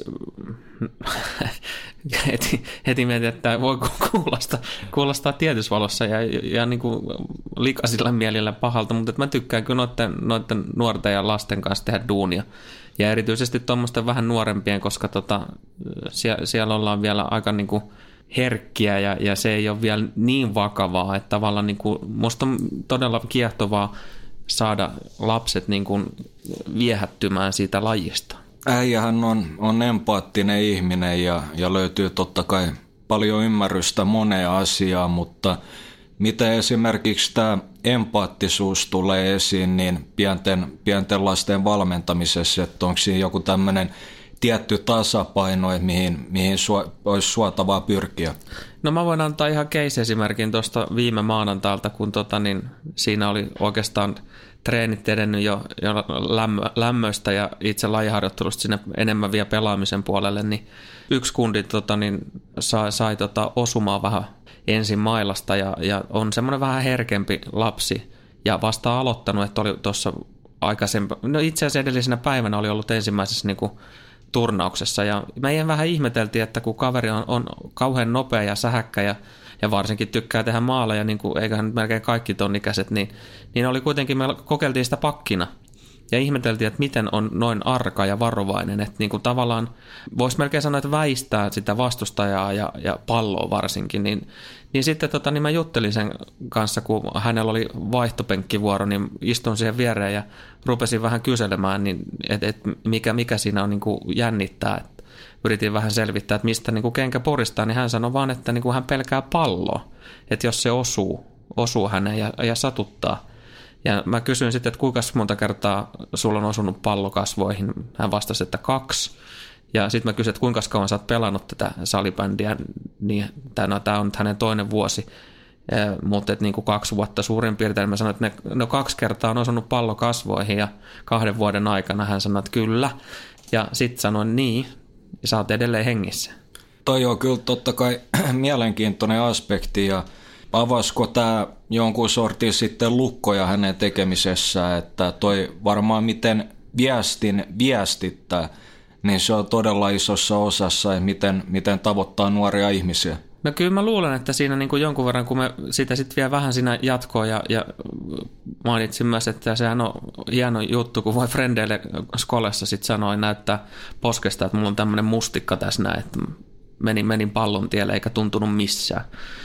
heti, heti mietin, että voi kuulostaa, kuulostaa tietysvalossa ja, ja niin kuin likaisilla mielillä pahalta, mutta mä tykkään kyllä noiden, noiden nuorten ja lasten kanssa tehdä duunia. Ja erityisesti tuommoisten vähän nuorempien, koska tota, siellä, siellä ollaan vielä aika niin kuin herkkiä ja, ja se ei ole vielä niin vakavaa, että tavallaan niin kuin, musta on todella kiehtovaa saada lapset niin kuin viehättymään siitä lajista. Äijähän on, on empaattinen ihminen ja, ja löytyy totta kai paljon ymmärrystä moneen asiaan, mutta miten esimerkiksi tämä empaattisuus tulee esiin niin pienten, pienten lasten valmentamisessa, että onko siinä joku tämmöinen tietty tasapaino, että mihin, mihin su, olisi suotavaa pyrkiä? No mä voin antaa ihan case-esimerkin tuosta viime maanantailta, kun tota, niin siinä oli oikeastaan treenit edennyt jo, jo lämmö, lämmöistä ja itse lajiharjoittelusta sinne enemmän vielä pelaamisen puolelle, niin yksi kundi tota, niin sai, sai tota, osumaan vähän ensin mailasta ja, ja on semmoinen vähän herkempi lapsi ja vasta aloittanut, että oli tuossa aikaisemmin, no itse asiassa edellisenä päivänä oli ollut ensimmäisessä niin kuin turnauksessa ja meidän vähän ihmeteltiin, että kun kaveri on, on kauhean nopea ja sähäkkä ja, ja varsinkin tykkää tehdä maaleja, niin kuin, eiköhän nyt melkein kaikki ton ikäiset, niin, niin oli kuitenkin, me kokeiltiin sitä pakkina ja ihmeteltiin, että miten on noin arka ja varovainen, että niin kuin tavallaan voisi melkein sanoa, että väistää sitä vastustajaa ja, ja palloa varsinkin, niin, niin sitten tota, niin mä juttelin sen kanssa, kun hänellä oli vaihtopenkkivuoro, niin istun siihen viereen ja rupesin vähän kyselemään, niin, että et mikä, mikä siinä on niin kuin jännittää, että yritin vähän selvittää, että mistä niin kuin kenkä poristaa, niin hän sanoi vaan, että niin kuin hän pelkää palloa, että jos se osuu, osuu häneen ja, ja satuttaa. Ja mä kysyin sitten, että kuinka monta kertaa sulla on osunut pallo kasvoihin. Hän vastasi, että kaksi. Ja sitten mä kysyin, että kuinka kauan sä oot pelannut tätä salibändiä. Niin, tämä no, on nyt hänen toinen vuosi, e, mutta et, niin kuin kaksi vuotta suurin piirtein. Mä sanoin, että ne, no kaksi kertaa on osunut pallo kasvoihin ja kahden vuoden aikana hän sanoi, että kyllä. Ja sitten sanoin niin, ja sä oot edelleen hengissä. Toi on kyllä totta kai mielenkiintoinen aspekti ja avasko tämä jonkun sortin sitten lukkoja hänen tekemisessään, että toi varmaan miten viestin viestittää, niin se on todella isossa osassa, että miten, miten tavoittaa nuoria ihmisiä. No kyllä mä luulen, että siinä niin kuin jonkun verran, kun me sitä sitten vielä vähän siinä jatkoon ja, ja mainitsin myös, että sehän on hieno juttu, kun voi frendeille skolessa sitten sanoa näyttää poskesta, että mulla on tämmöinen mustikka tässä näin, että menin, menin pallon tielle eikä tuntunut missään.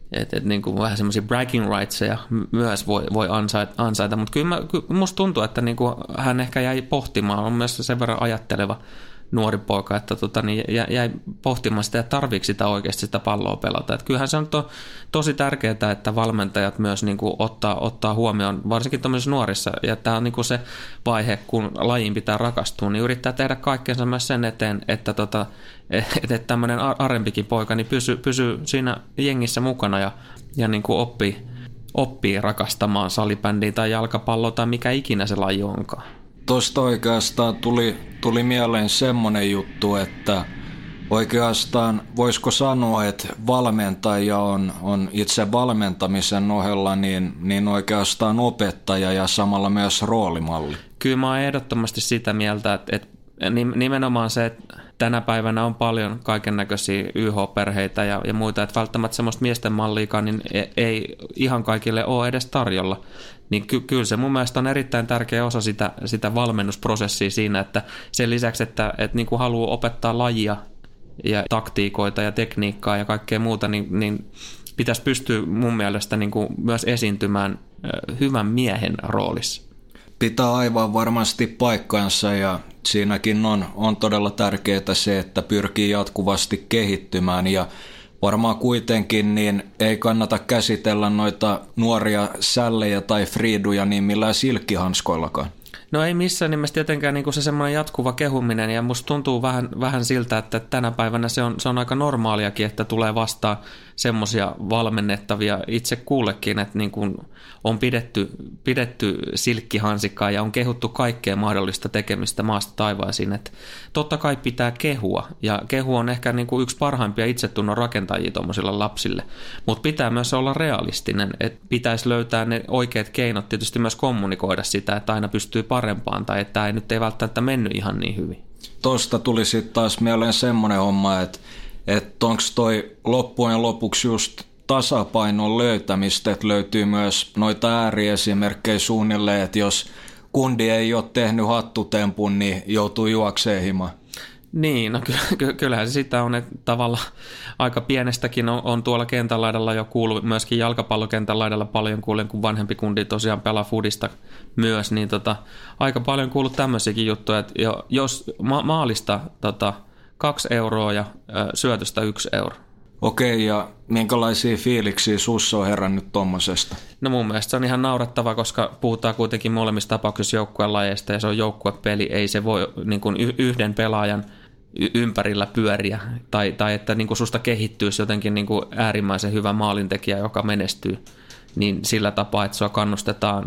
Että et niin kuin vähän semmoisia bragging rightseja myös voi, voi ansaita, ansaita. Mutta kyllä, mä, kyllä musta tuntuu, että niin kuin hän ehkä jäi pohtimaan, on myös sen verran ajatteleva nuori poika, että tota, niin jäi pohtimaan sitä, että tarviiko sitä oikeasti sitä palloa pelata. Että kyllähän se on to, tosi tärkeää, että valmentajat myös niin kuin ottaa, ottaa huomioon, varsinkin tuollaisissa nuorissa, ja tämä on niin kuin se vaihe, kun lajiin pitää rakastua, niin yrittää tehdä kaikkeensa myös sen eteen, että, tota, että tämmöinen arempikin poika niin pysyy, pysyy siinä jengissä mukana ja, ja niin kuin oppii, oppii rakastamaan salibändiä tai jalkapalloa tai mikä ikinä se laji onkaan. Tuosta oikeastaan tuli, tuli mieleen semmoinen juttu, että oikeastaan voisiko sanoa, että valmentaja on, on itse valmentamisen ohella niin, niin oikeastaan opettaja ja samalla myös roolimalli. Kyllä mä oon ehdottomasti sitä mieltä, että, että nimenomaan se, että tänä päivänä on paljon kaikennäköisiä Y H-perheitä ja, ja muita, että välttämättä semmoista miesten malliikaan niin ei ihan kaikille ole edes tarjolla. Niin ky- kyllä se mun mielestä on erittäin tärkeä osa sitä, sitä valmennusprosessia siinä, että sen lisäksi, että, että niin kuin haluaa opettaa lajia ja taktiikoita ja tekniikkaa ja kaikkea muuta, niin, niin pitäisi pystyä mun mielestä niin kuin myös esiintymään hyvän miehen roolissa. Pitää aivan varmasti paikkansa ja siinäkin on, on todella tärkeää se, että pyrkii jatkuvasti kehittymään ja varmaan kuitenkin niin ei kannata käsitellä noita nuoria sällejä tai friiduja niin millään silkkihanskoillakaan. No ei missään nimessä tietenkään niin kuin se semmoinen jatkuva kehuminen ja musta tuntuu vähän, vähän siltä, että tänä päivänä se on, se on aika normaaliakin, että tulee vastaan semmoisia valmennettavia itse kullekin, että niin kuin on pidetty, pidetty silkkihansikkaa ja on kehuttu kaikkea mahdollista tekemistä maasta taivaisiin. Että totta kai pitää kehua ja kehu on ehkä niin kuin yksi parhaimpia itsetunnon rakentajia tuommoisille lapsille, mutta pitää myös olla realistinen, että pitäisi löytää ne oikeat keinot tietysti myös kommunikoida sitä, että aina pystyy parempaan tai että ei nyt ei välttämättä mennyt ihan niin hyvin. Tuosta tuli sitten taas mieleen semmoinen homma, että että onko toi loppujen lopuksi just tasapainon löytämistä, että löytyy myös noita ääriesimerkkejä suunnilleen, että jos kundi ei ole tehnyt hattutempun, niin joutuu juokseen himaan. Niin, no ky- kyllähän se sitä on, että tavallaan aika pienestäkin on, on tuolla kentän laidalla jo kuullut, myöskin jalkapallokentän laidalla paljon kuulen, kun vanhempi kundi tosiaan pelaa fudista myös, niin tota, aika paljon kuullut tämmöisiäkin juttuja, että jo, jos ma- maalista tota, kaksi euroa ja ö, syötöstä yksi euro. Okei, ja minkälaisia fiiliksiä sussa on herännyt tommosesta? No mun mielestä se on ihan naurettava, koska puhutaan kuitenkin molemmissa tapauksissa joukkuelajeista ja se on joukkuepeli, ei se voi niin kuin yhden pelaajan y- ympärillä pyöriä tai, tai että niin kuin susta kehittyisi jotenkin niin kuin äärimmäisen hyvä maalintekijä, joka menestyy, niin sillä tapaa, että sua kannustetaan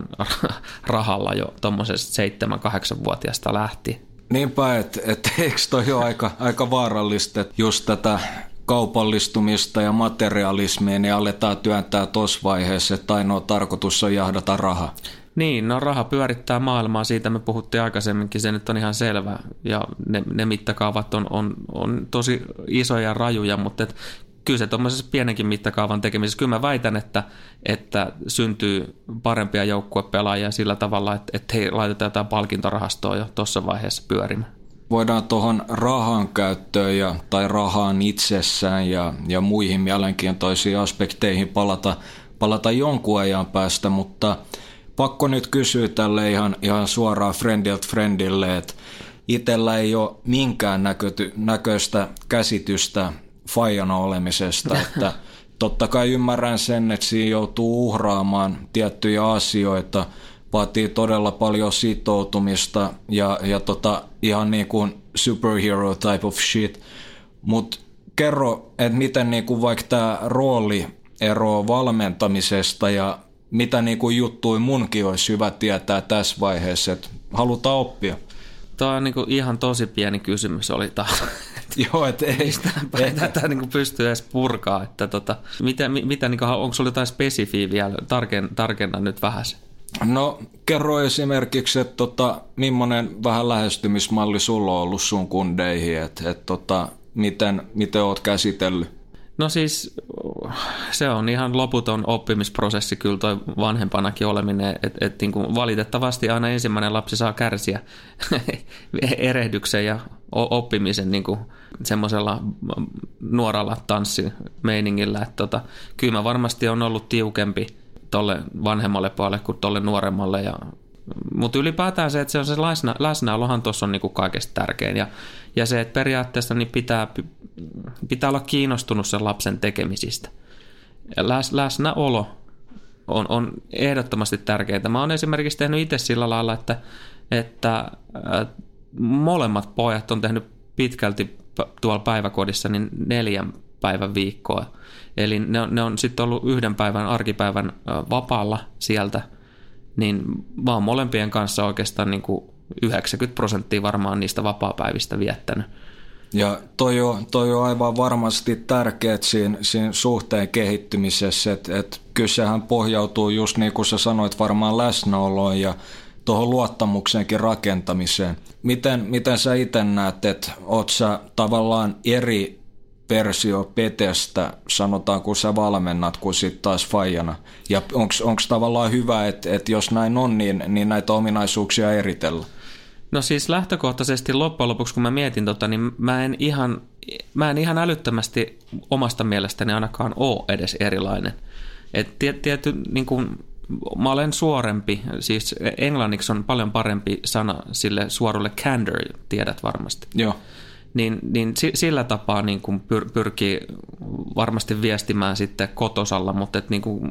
rahalla jo tommosesta seitsemän kahdeksan-vuotiaasta lähtien. Niinpä, että et, eikö toi ole aika, aika vaarallista, että just tätä kaupallistumista ja materialismia niin aletaan työntää tuossa vaiheessa, että ainoa tarkoitus on jahdata rahaa. Niin, no raha pyörittää maailmaa, siitä me puhuttiin aikaisemminkin, se nyt on ihan selvä ja ne, ne mittakaavat on, on, on tosi isoja ja rajuja, mutta et, kyllä se tuommoisessa pienenkin mittakaavan tekemisessä, kyllä mä väitän, että, että syntyy parempia joukkuepelaajia sillä tavalla, että, että he laitetaan jotain palkintorahastoa jo tuossa vaiheessa pyörimään. Voidaan tuohon rahan käyttöön ja, tai rahaan itsessään ja, ja muihin mielenkiintoisiin aspekteihin palata, palata jonkun ajan päästä, mutta pakko nyt kysyä tälle ihan, ihan suoraan friendiltä friendille, että itsellä ei ole minkään näköty, näköistä käsitystä faijana olemisesta, että totta kai ymmärrän sen, että siinä joutuu uhraamaan tiettyjä asioita, vaatii todella paljon sitoutumista ja, ja tota, ihan niin kuin superhero type of shit, mutta kerro, että miten niin kuin vaikka tämä rooli eroaa valmentamisesta ja mitä niin kuin juttuja munkin olisi hyvä tietää tässä vaiheessa, että halutaan oppia. Tämä on niin kuin ihan tosi pieni kysymys oli taas. Joo, että ei sitä tätä niin kuin pystyy edes purkaa. Että tota, mitä, mitä, niin kuin, onko sinulla jotain spesifiä vielä? Tarken, tarkenna nyt vähän se. No kerro esimerkiksi, että tota, millainen vähän lähestymismalli sulla on ollut sun kundeihin, että et, tota, miten, miten oot käsitellyt? No siis se on ihan loputon oppimisprosessi kyllä toi vanhempanakin oleminen, että et, niin kuin valitettavasti aina ensimmäinen lapsi saa kärsiä erehdyksen ja oppimisen niin kuin semmoisella nuoralla tanssimeiningillä. Että tota, kyllä mä varmasti on ollut tiukempi tolle vanhemmalle puolelle kuin tolle nuoremmalle. Ja, mutta ylipäätään se, että se on se läsnä, läsnäolohan tuossa on niin kuin kaikesta tärkein. Ja, ja se, että periaatteessa niin pitää, pitää olla kiinnostunut sen lapsen tekemisistä. Läs, läsnäolo on, on ehdottomasti tärkeää. Mä oon esimerkiksi tehnyt itse sillä lailla, että, että molemmat pojat on tehnyt pitkälti tuolla päiväkodissa niin neljän päivän viikkoa. Eli ne on, ne on sitten ollut yhden päivän arkipäivän vapaalla sieltä, niin mä oon molempien kanssa oikeastaan niin kuin yhdeksänkymmentä prosenttia varmaan niistä vapaapäivistä viettänyt. Ja toi on, toi on aivan varmasti tärkeät siinä, siinä suhteen kehittymisessä, että et kyllä sehän pohjautuu just niin kuin sä sanoit varmaan läsnäoloon ja tuohon luottamuksenkin rakentamiseen. Miten, miten sä itse näet, että oot sä tavallaan eri versio Petestä, sanotaan, kun sä valmennat, kuin sitten taas faijana? Ja onko tavallaan hyvä, että, että jos näin on, niin, niin näitä ominaisuuksia eritellä? No siis lähtökohtaisesti loppujen lopuksi, kun mä mietin tota, niin mä en ihan, mä en ihan älyttömästi omasta mielestäni ainakaan ole edes erilainen. Et tietty, niin kun, mä olen suorempi, siis englanniksi on paljon parempi sana sille suorulle candor, tiedät varmasti. Joo. Niin, niin sillä tapaa niin kun pyr, pyrkii varmasti viestimään sitten kotosalla, mutta et niin kun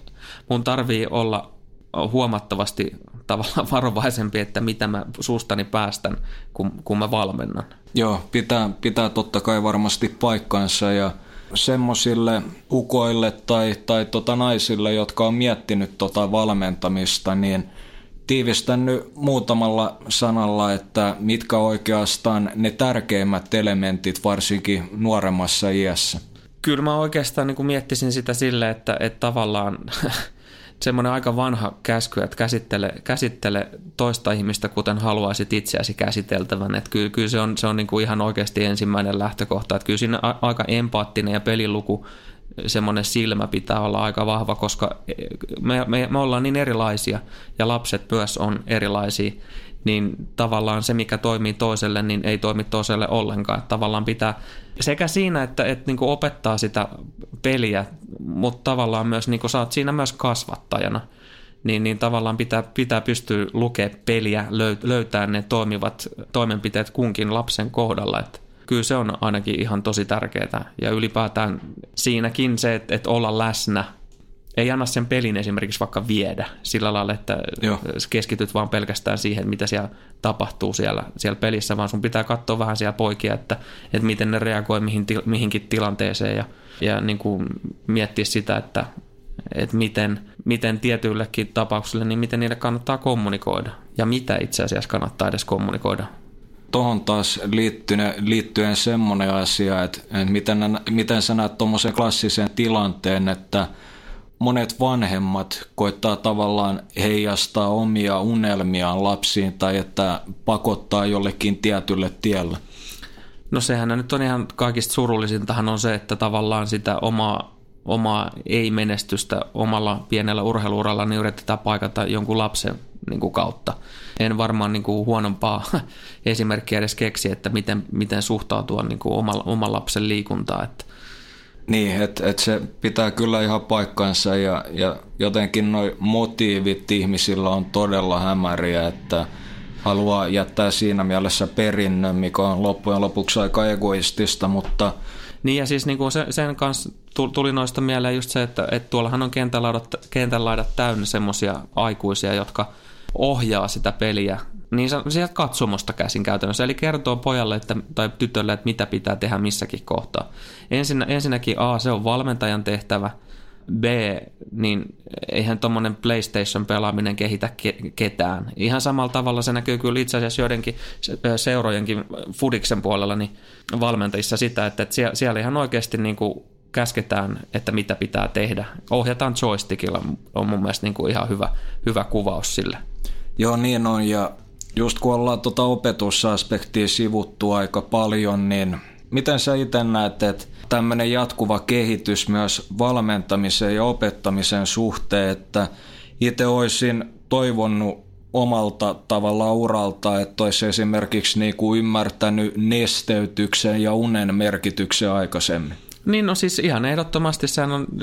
mun tarvii olla huomattavasti tavallaan varovaisempi, että mitä mä suustani päästän, kun, kun mä valmennan. Joo, pitää, pitää totta kai varmasti paikkansa ja semmoisille ukoille tai, tai tota naisille, jotka on miettinyt tota valmentamista, niin tiivistän nyt muutamalla sanalla, että mitkä oikeastaan ne tärkeimmät elementit varsinkin nuoremmassa iässä. Kyllä mä oikeastaan niin kuin miettisin sitä silleen, että, että tavallaan semmoinen aika vanha käsky, että käsittele, käsittele toista ihmistä, kuten haluaisit itseäsi käsiteltävän. Että kyllä, kyllä se on, se on niin kuin ihan oikeasti ensimmäinen lähtökohta. Että kyllä siinä aika empaattinen ja peliluku, semmoinen silmä pitää olla aika vahva, koska me, me, me ollaan niin erilaisia ja lapset myös on erilaisia, niin tavallaan se, mikä toimii toiselle, niin ei toimi toiselle ollenkaan. Että tavallaan pitää sekä siinä, että, että niin kuin opettaa sitä peliä, mutta tavallaan myös niin kuin sä oot siinä myös kasvattajana, niin, niin tavallaan pitää, pitää pystyä lukemaan peliä, löytää ne toimivat toimenpiteet kunkin lapsen kohdalla. Että kyllä se on ainakin ihan tosi tärkeää. Ja ylipäätään siinäkin se, että, että olla läsnä, ei anna sen pelin esimerkiksi vaikka viedä sillä lailla, että Joo. keskityt vaan pelkästään siihen, mitä siellä tapahtuu siellä, siellä pelissä, vaan sun pitää katsoa vähän siellä poikia, että, että miten ne reagoi mihin, mihinkin tilanteeseen ja, ja niin kuin miettiä sitä, että, että miten, miten tietyillekin tapauksille, niin miten niille kannattaa kommunikoida ja mitä itse asiassa kannattaa edes kommunikoida. Tuohon taas liittyen, liittyen semmoinen asia, että, että miten, miten sä näet tuommoisen klassisen tilanteen, että monet vanhemmat koittaa tavallaan heijastaa omia unelmiaan lapsiin tai että pakottaa jollekin tietylle tielle. No sehän nyt on ihan kaikista surullisintahan on se, että tavallaan sitä omaa, omaa ei-menestystä omalla pienellä urheiluuralla niin yritetään paikata jonkun lapsen niin kuin kautta. En varmaan niin kuin huonompaa esimerkkiä edes keksi, että miten, miten suhtautua niin kuin oman, oman lapsen liikuntaan. Että niin, että et se pitää kyllä ihan paikkansa ja, ja jotenkin nuo motiivit ihmisillä on todella hämäriä, että haluaa jättää siinä mielessä perinnön, mikä on loppujen lopuksi aika egoistista, mutta niin ja siis niin kuin sen, sen kanssa tuli noista mieleen just se, että, että tuollahan on kentän laidat täynnä semmoisia aikuisia, jotka ohjaa sitä peliä niin sieltä katsomosta käsin käytännössä, eli kertoo pojalle että, tai tytölle, että mitä pitää tehdä missäkin kohtaa. Ensin, ensinnäkin A, se on valmentajan tehtävä, B, niin eihän tuommoinen PlayStation-pelaaminen kehitä ke- ketään. Ihan samalla tavalla se näkyy kyllä itse asiassa joidenkin seurojenkin Fudiksen puolella niin valmentajissa sitä, että, että siellä, siellä ihan oikeasti niin kuin käsketään, että mitä pitää tehdä. Ohjataan joystickilla, on mun mielestä niin kuin ihan hyvä, hyvä kuvaus sille. Joo, niin on, ja just kun ollaan tuota opetusaspektia sivuttu aika paljon, niin miten sä itse näet, että tämmöinen jatkuva kehitys myös valmentamisen ja opettamisen suhteen, että itse olisin toivonut omalta tavallaan uralta, että olisi esimerkiksi niin kuin ymmärtänyt nesteytyksen ja unen merkityksen aikaisemmin? Niin no siis ihan ehdottomasti sehän on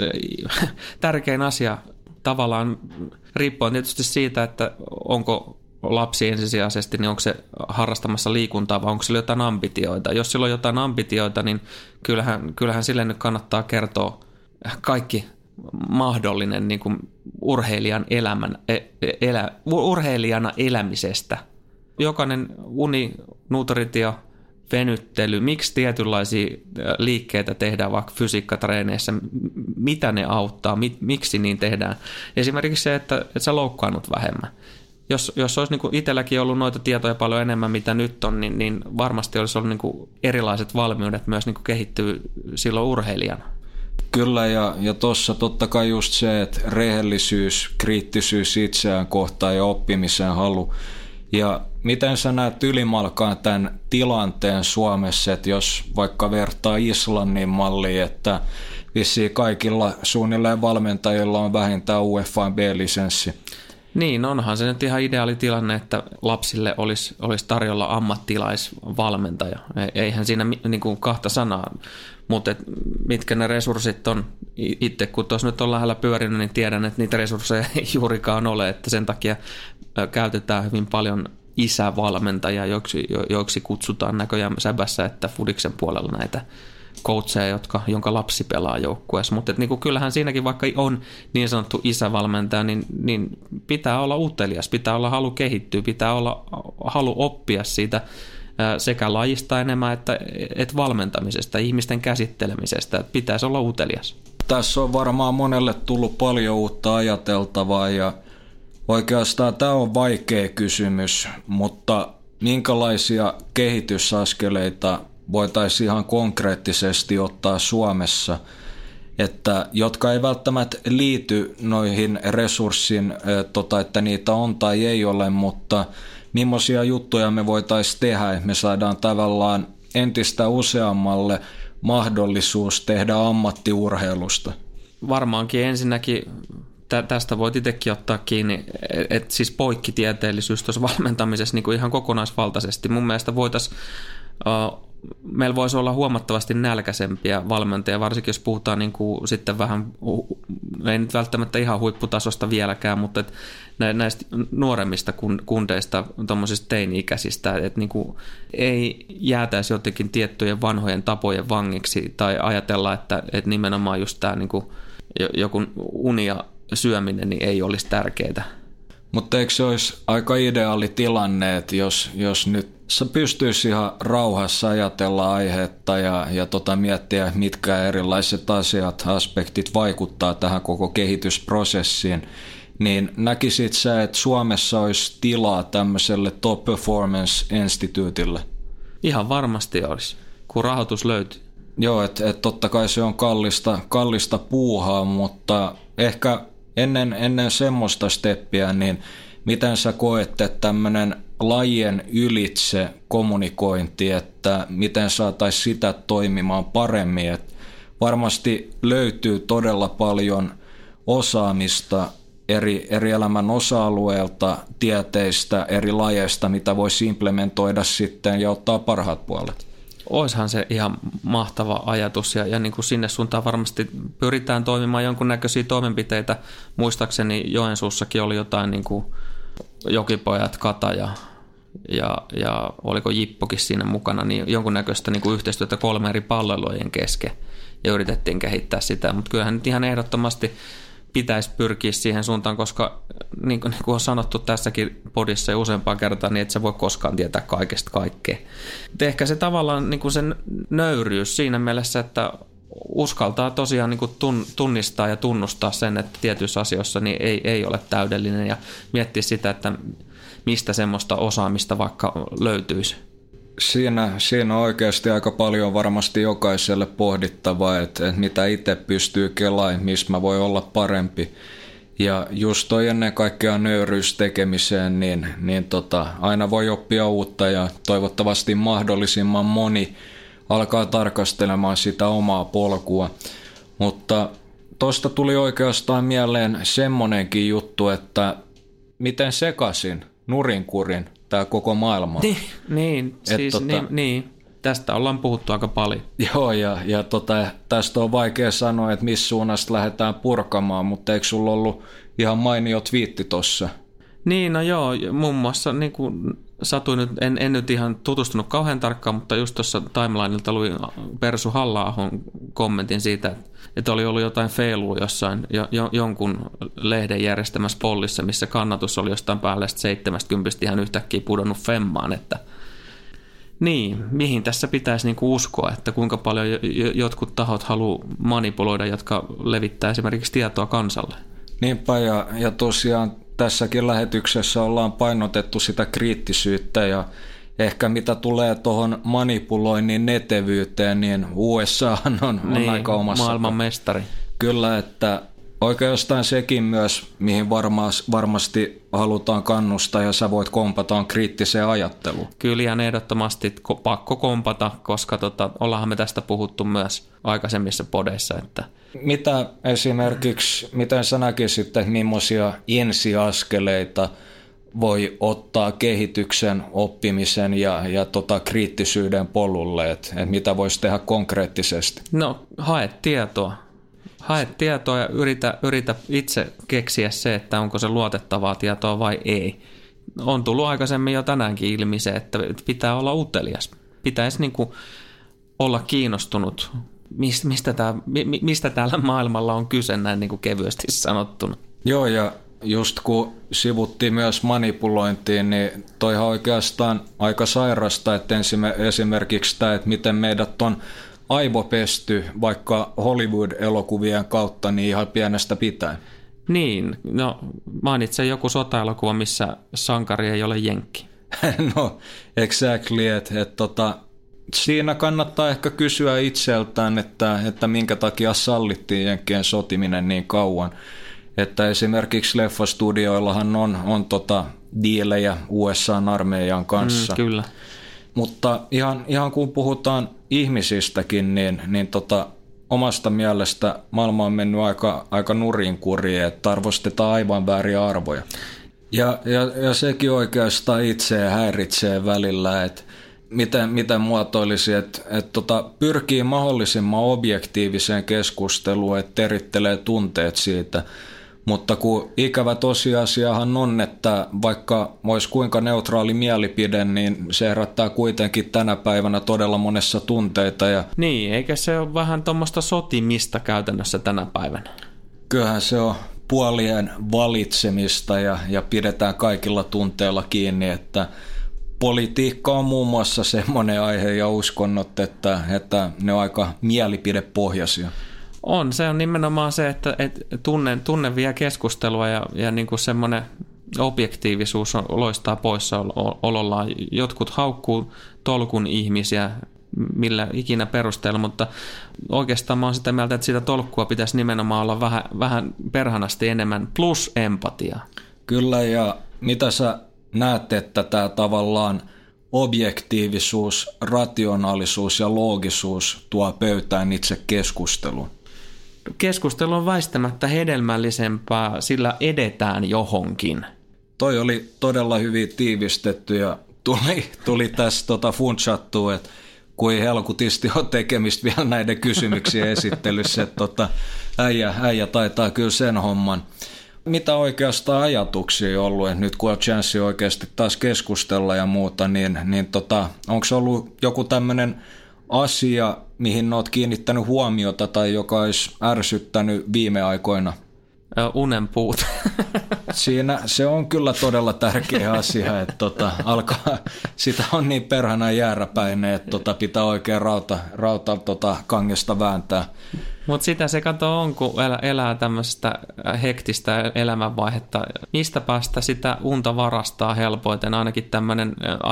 tärkein asia tavallaan riippuen tietysti siitä, että onko lapsi ensisijaisesti, niin onko se harrastamassa liikuntaa vai onko sillä jotain ambitioita. Jos sillä on jotain ambitioita, niin kyllähän, kyllähän sille nyt kannattaa kertoa kaikki mahdollinen niin kuin urheilijan elämän, elä, urheilijana elämisestä. Jokainen uni, nuutritio, venyttely, miksi tietynlaisia liikkeitä tehdään vaikka fysiikkatreeneissä, mitä ne auttaa, miksi niin tehdään. Esimerkiksi se, että, että sä loukkaannut vähemmän. Jos, jos olisi niin kuin itselläkin ollut noita tietoja paljon enemmän, mitä nyt on, niin, niin varmasti olisi ollut niin kuin erilaiset valmiudet myös niin kuin kehittyä silloin urheilijana. Kyllä, ja, ja tuossa totta kai just se, että rehellisyys, kriittisyys itseään kohtaan ja oppimisen halu. Ja miten sä näet ylimalkaan tämän tilanteen Suomessa, että jos vaikka vertaa Islannin malliin, että vissiin kaikilla suunnilleen valmentajilla on vähintään U E F A B-lisenssi. Niin, onhan se nyt ihan ideaali tilanne, että lapsille olisi, olisi tarjolla ammattilaisvalmentaja. Eihän siinä niin kuin kahta sanaa, mutta et mitkä ne resurssit on. Itse kun tuossa nyt on lähellä pyörinyt, niin tiedän, että niitä resursseja ei juurikaan ole, että sen takia käytetään hyvin paljon isävalmentajia, joiksi, joiksi kutsutaan näköjään säbässä, että Fudiksen puolella näitä coacheja, jotka, jonka lapsi pelaa joukkueessa. Mutta niinku, kyllähän siinäkin, vaikka on niin sanottu isävalmentaja, niin, niin pitää olla utelias, pitää olla halu kehittyä, pitää olla halu oppia siitä sekä lajista enemmän että, että valmentamisesta, ihmisten käsittelemisestä. Pitäisi olla utelias. Tässä on varmaan monelle tullut paljon uutta ajateltavaa ja oikeastaan tämä on vaikea kysymys, mutta minkälaisia kehitysaskeleita voitaisiin ihan konkreettisesti ottaa Suomessa, että, jotka ei välttämättä liity noihin resurssin, tota, että niitä on tai ei ole, mutta millaisia juttuja me voitaisiin tehdä, että me saadaan tavallaan entistä useammalle mahdollisuus tehdä ammattiurheilusta? Varmaankin ensinnäkin tästä voit itsekin ottaa kiinni, että siis poikkitieteellisyys tuossa valmentamisessa niin kuin ihan kokonaisvaltaisesti. Mun mielestä voitaisiin, uh, meillä voisi olla huomattavasti nälkäisempiä valmentajia, varsinkin jos puhutaan niin kuin sitten vähän, ei nyt välttämättä ihan huipputasosta vieläkään, mutta et näistä nuoremmista kundeista, tuommoisista teini-ikäisistä, että niin kuin ei jäätäisi jotenkin tiettyjen vanhojen tapojen vangiksi tai ajatella, että, että nimenomaan just tämä niin kuin joku uni ja syöminen niin ei olisi tärkeää. Mutta eikö se olisi aika ideaali tilanne, että jos, jos nyt sä pystyisi ihan rauhassa ajatella aihetta ja, ja tota miettiä, mitkä erilaiset asiat, aspektit vaikuttaa tähän koko kehitysprosessiin, niin näkisit sä, että Suomessa olisi tilaa tämmöiselle Top Performance Instituutille? Ihan varmasti olisi, kun rahoitus löytyy. Joo, että et totta kai se on kallista, kallista puuhaa, mutta ehkä ennen, ennen semmoista steppiä, niin miten sä koet, että tämmöinen lajien ylitse kommunikointi, että miten saataisiin sitä toimimaan paremmin, että varmasti löytyy todella paljon osaamista eri, eri elämän osa-alueilta, tieteistä, eri lajeista, mitä voisi implementoida sitten ja ottaa parhaat puolet. Oishan se ihan mahtava ajatus ja, ja niin kuin sinne suuntaan varmasti pyritään toimimaan jonkunnäköisiä toimenpiteitä. Muistaakseni Joensuussakin oli jotain niin kuin Jokipojat, Kata ja, ja, ja oliko Jippokin siinä mukana, niin jonkunnäköistä niin kuin yhteistyötä kolme eri palvelujen kesken ja yritettiin kehittää sitä. Mutta kyllähän nyt ihan ehdottomasti pitäisi pyrkiä siihen suuntaan, koska niin kuin, niin kuin on sanottu tässäkin podissa jo useampaan kertaan, niin et sä voi koskaan tietää kaikesta kaikkea. Ehkä se tavallaan niin kuin sen nöyryys siinä mielessä, että uskaltaa tosiaan niin kuin tunnistaa ja tunnustaa sen, että tietyissä asioissa niin ei, ei ole täydellinen ja miettiä sitä, että mistä semmoista osaamista vaikka löytyisi. Siinä, siinä on oikeasti aika paljon varmasti jokaiselle pohdittavaa, että, että mitä itse pystyy kelaamaan, missä mä voi olla parempi. Ja just toi ennen kaikkea nöyryys tekemiseen, niin, niin tota, aina voi oppia uutta ja toivottavasti mahdollisimman moni alkaa tarkastelemaan sitä omaa polkua. Mutta tosta tuli oikeastaan mieleen semmonenkin juttu, että miten sekaisin nurinkurin tämä koko maailma. Niin, niin, siis, tota, niin, niin, tästä ollaan puhuttu aika paljon. Joo, ja, ja tota, tästä on vaikea sanoa, että missä suunnasta lähdetään purkamaan, mutta eikö sulla ollut ihan mainio twiitti tossa? Niin, no joo, muun muassa niin kuin satuin nyt, en, en nyt ihan tutustunut kauhean tarkkaan, mutta just tuossa timelineilta luin Persu Halla-ahon kommentin siitä, että oli ollut jotain feilua jossain jo, jo, jonkun lehden järjestämässä pollissa, missä kannatus oli jostain päälle seitsemänkymmentä ihan yhtäkkiä pudonnut femmaan, että niin, mihin tässä pitäisi niinku uskoa, että kuinka paljon jotkut tahot haluaa manipuloida, jotka levittää esimerkiksi tietoa kansalle. Niinpä, ja, ja tosiaan tässäkin lähetyksessä ollaan painotettu sitä kriittisyyttä, ja ehkä mitä tulee tuohon manipuloinnin netevyyteen, niin U S A on, on niin, aika omassa. Maailman mestari. Kyllä, että oikeastaan sekin myös, mihin varmas, varmasti halutaan kannustaa, ja sä voit kompata, on kriittiseen ajatteluun. Kyllä ihan ehdottomasti pakko kompata, koska tota, ollaanhan me tästä puhuttu myös aikaisemmissa podeissa. Että mitä esimerkiksi, miten sä näkisit, että millaisia ensiaskeleita voi ottaa kehityksen, oppimisen ja, ja tota kriittisyyden polulle, että, että mitä voisi tehdä konkreettisesti? No, hae tietoa. Hae tietoa ja yritä, yritä itse keksiä se, että onko se luotettavaa tietoa vai ei. On tullut aikaisemmin jo tänäänkin ilmi se, että pitää olla utelias. Pitäisi niin kuin olla kiinnostunut, mistä, tää, mistä täällä maailmalla on kyse, näin niin kuin kevyesti sanottuna. Joo, ja just kun sivuttiin myös manipulointiin, niin toihan oikeastaan aika sairasta, että esimerkiksi tämä, että miten meidät on aivopesty vaikka Hollywood-elokuvien kautta niin ihan pienestä pitäen. Niin, no mainitsen joku sota-elokuva, missä sankari ei ole jenkki. No, exactly, että et, tota, siinä kannattaa ehkä kysyä itseltään, että, että minkä takia sallittiin jenkkien sotiminen niin kauan. Että esimerkiksi leffastudioillahan on, on tota diilejä U S A-armeijan kanssa. Mm, kyllä. Mutta ihan, ihan kun puhutaan ihmisistäkin, niin, niin tota, omasta mielestä maailma on mennyt aika, aika nurinkurin, että arvostetaan aivan vääriä arvoja. Ja, ja, ja sekin oikeastaan itseä häiritsee välillä, että miten, miten muotoilisi, että, että tota, pyrkii mahdollisimman objektiiviseen keskusteluun, että erittelee tunteet siitä. Mutta kun ikävä tosiasiahan on, että vaikka olisi kuinka neutraali mielipide, niin se herättää kuitenkin tänä päivänä todella monessa tunteita. Ja niin, eikä se ole vähän tuommoista sotimista käytännössä tänä päivänä? Kyllähän se on puolien valitsemista ja, ja pidetään kaikilla tunteilla kiinni, että politiikka on muun muassa semmoinen aihe ja uskonnot, että, että ne on aika mielipidepohjaisia. On, se on nimenomaan se, että, että tunne, tunne vie keskustelua ja, ja niin kuin semmoinen objektiivisuus loistaa poissaolollaan. Jotkut haukkuu tolkun ihmisiä millä ikinä perusteella, mutta oikeastaan mä oon sitä mieltä, että sitä tolkkua pitäisi nimenomaan olla vähän, vähän perhanasti enemmän plus empatia. Kyllä, ja mitä sä näet, että tämä tavallaan objektiivisuus, rationaalisuus ja loogisuus tuo pöytään itse keskusteluun? Keskustelu on väistämättä hedelmällisempää, sillä edetään johonkin. Toi oli todella hyvin tiivistetty ja tuli, tuli tässä tota funtsattuna, että kuin helkutisti on tekemistä vielä näiden kysymyksien esittelyssä, että tota, äijä, äijä taitaa kyllä sen homman. Mitä oikeastaan ajatuksia on ollut, että nyt kun on chanssi oikeasti taas keskustella ja muuta, niin, niin tota, onko ollut joku tämmöinen asia, mihin olet kiinnittänyt huomiota tai joka olisi ärsyttänyt viime aikoina? Unen puute. Siinä se on kyllä todella tärkeä asia, että tota, alkaa, sitä on niin perhana jääräpäinen, että tota, pitää oikein rauta, rauta tota, kangesta vääntää. Mutta sitä se kato on, kun elää tämmöistä hektistä elämänvaihetta. Mistä päästä sitä unta varastaa helpoiten, ainakin tämmöinen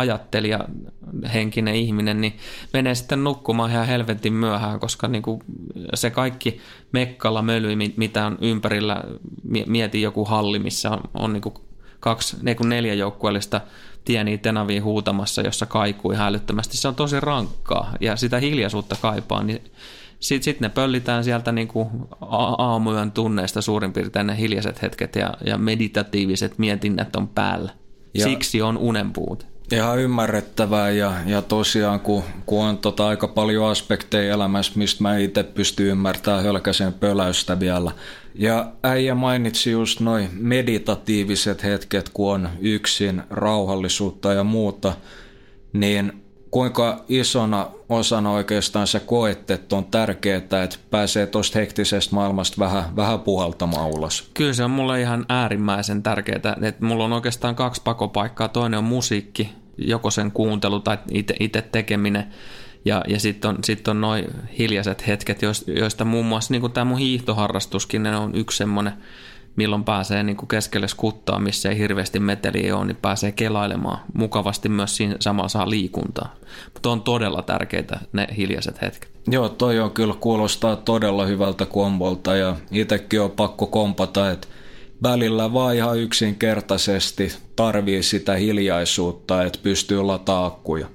ajattelijahenkinen ihminen, niin menee sitten nukkumaan ihan helvetin myöhään, koska niinku se kaikki mekkala möly, mitä on ympärillä, mieti joku halli, missä on, on niinku kaksi, niinku neljä joukkueellista tieniä tenaviin huutamassa, jossa kaikuu ihan älyttömästi. Se on tosi rankkaa ja sitä hiljaisuutta kaipaa, niin sitten sit ne pöllitään sieltä niinku aamuyön tunneista suurin piirtein ne hiljaiset hetket ja, ja meditatiiviset mietinnät on päällä. Ja siksi on unen puute. Ihan ymmärrettävää ja, ja tosiaan kun, kun on tota aika paljon aspekteja elämässä, mistä mä itse pystyn ymmärtämään hölkäsen pöläystä vielä. Ja äijä mainitsi just noi meditatiiviset hetket, kun on yksin, rauhallisuutta ja muuta, niin kuinka isona osana oikeastaan sä koet, että on tärkeää, että pääsee tuosta hektisestä maailmasta vähän, vähän puhaltamaan ulos? Kyllä se on mulle ihan äärimmäisen tärkeää, että mulla on oikeastaan kaksi pakopaikkaa. Toinen on musiikki, joko sen kuuntelu tai itse tekeminen. Ja, ja sitten on, sit on noi hiljaiset hetket, joista muun muassa niin tämä mun hiihtoharrastuskin ne on yksi semmoinen, milloin pääsee niin kuin keskelle skuttaa, missä ei hirveästi meteliä ole, niin pääsee kelailemaan mukavasti myös siinä samalla saa liikuntaa. Mutta on todella tärkeitä ne hiljaiset hetket. Joo, toi on kyllä kuulostaa todella hyvältä kombolta ja itsekin on pakko kompata, että välillä vaan ihan yksinkertaisesti tarvii sitä hiljaisuutta, että pystyy lataamaan akkuja.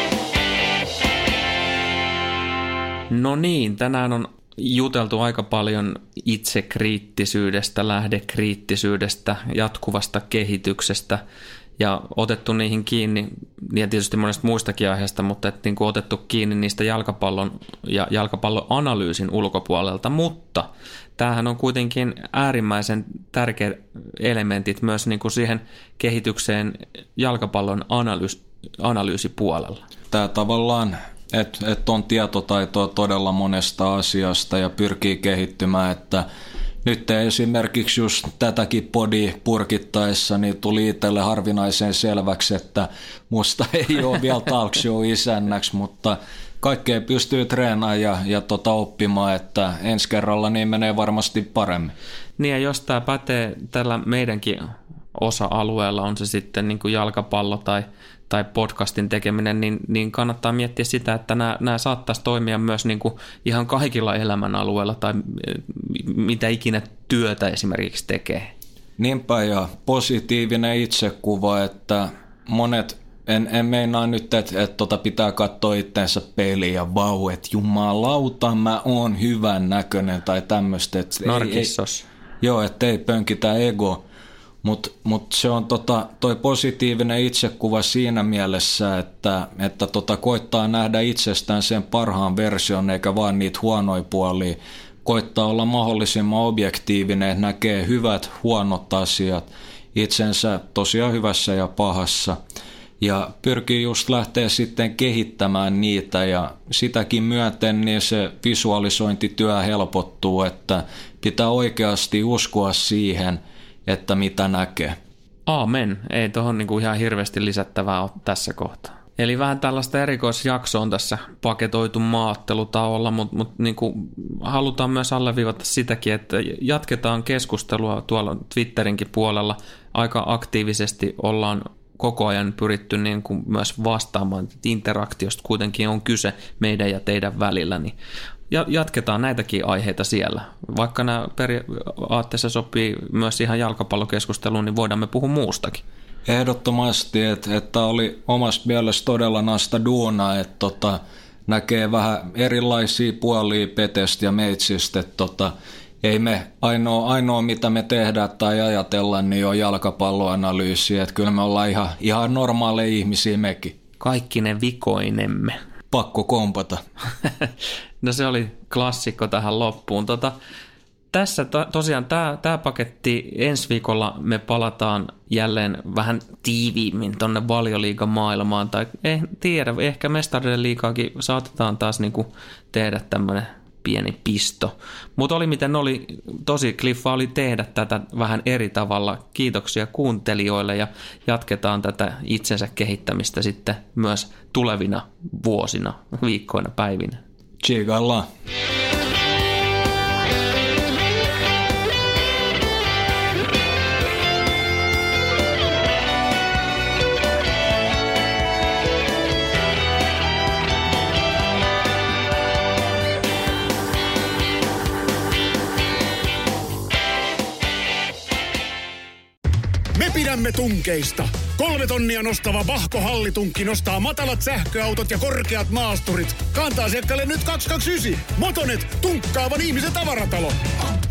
No niin, tänään on juteltu aika paljon itsekriittisyydestä, lähdekriittisyydestä, jatkuvasta kehityksestä ja otettu niihin kiinni, ja tietysti monesta muistakin aiheesta, mutta et niin kuin otettu kiinni niistä jalkapallon ja jalkapallon analyysin ulkopuolelta, mutta tämähän on kuitenkin äärimmäisen tärkeät elementit myös niin kuin siihen kehitykseen jalkapallon analyys, analyysipuolella. Tämä tavallaan että et on tietotaitoa todella monesta asiasta ja pyrkii kehittymään, että nyt esimerkiksi just tätäkin podia purkittaessa niin tuli itselle harvinaisen selväksi, että musta ei ole vielä talk show isännäksi, mutta kaikkea pystyy treenaamaan ja, ja tota oppimaan, että ensi kerralla niin menee varmasti paremmin. Niin ja jos tämä pätee tällä meidänkin osa-alueella, on se sitten niin kuin jalkapallo tai tai podcastin tekeminen, niin, niin kannattaa miettiä sitä, että nämä, nämä saattaisi toimia myös niin kuin ihan kaikilla elämänalueilla tai mitä ikinä työtä esimerkiksi tekee. Niinpä ja positiivinen itsekuva, että monet, en, en meinaa nyt, että, että tota pitää katsoa itseensä peiliin ja vau, että jumalauta mä oon hyvän näköinen tai tämmöistä. Narkissos. Joo, ettei pönkitä ego. Mutta mut se on tota, toi positiivinen itsekuva siinä mielessä, että, että tota, koittaa nähdä itsestään sen parhaan version eikä vaan niitä huonoja puolia. Koittaa olla mahdollisimman objektiivinen, että näkee hyvät, huonot asiat itsensä tosiaan hyvässä ja pahassa. Ja pyrkii just lähteä sitten kehittämään niitä ja sitäkin myöten niin se visualisointityö helpottuu, että pitää oikeasti uskoa siihen, että mitä näkee. Aamen. Ei tuohon niinku ihan hirveästi lisättävää ole tässä kohtaa. Eli vähän tällaista erikoisjaksoa on tässä paketoitu maaottelutauolla, mutta mut niinku halutaan myös alleviivata sitäkin, että jatketaan keskustelua tuolla Twitterinkin puolella. Aika aktiivisesti ollaan koko ajan pyritty niin kuin myös vastaamaan, että interaktiosta kuitenkin on kyse meidän ja teidän välillä, niin jatketaan näitäkin aiheita siellä. Vaikka nämä periaatteessa sopii myös ihan jalkapallokeskusteluun, niin voidaan me puhua muustakin. Ehdottomasti, että, että oli omasta mielestä todella nasta duuna, että tota, näkee vähän erilaisia puolia Petestä ja Meitsistä, että tota, ei me ainoa, ainoa, mitä me tehdään tai ajatellaan, niin on jalkapalloanalyysi, että kyllä me ollaan ihan, ihan normaaleja ihmisiä mekin. Kaikki ne vikoinemme. Pakko kompata. No se oli klassikko tähän loppuun. Tota, tässä to, tosiaan tämä, tämä paketti, ensi viikolla me palataan jälleen vähän tiiviimmin tuonne Valioliigan maailmaan. Tai en tiedä, ehkä Mestarien liigaakin saatetaan taas niinku tehdä tämmöinen pieni pisto. Mutta oli miten oli, tosi kliffa oli tehdä tätä vähän eri tavalla. Kiitoksia kuuntelijoille ja jatketaan tätä itsensä kehittämistä sitten myös tulevina vuosina, viikkoina, päivinä. Tsigalla. Me pidämme tunkeista. Kolme tonnia nostava Vahko Hallitunkki nostaa matalat sähköautot ja korkeat maasturit. Kanta-asiakkaalle nyt kaksi kaksi yhdeksän. Motonet, tunkkaavan ihmisen tavaratalo.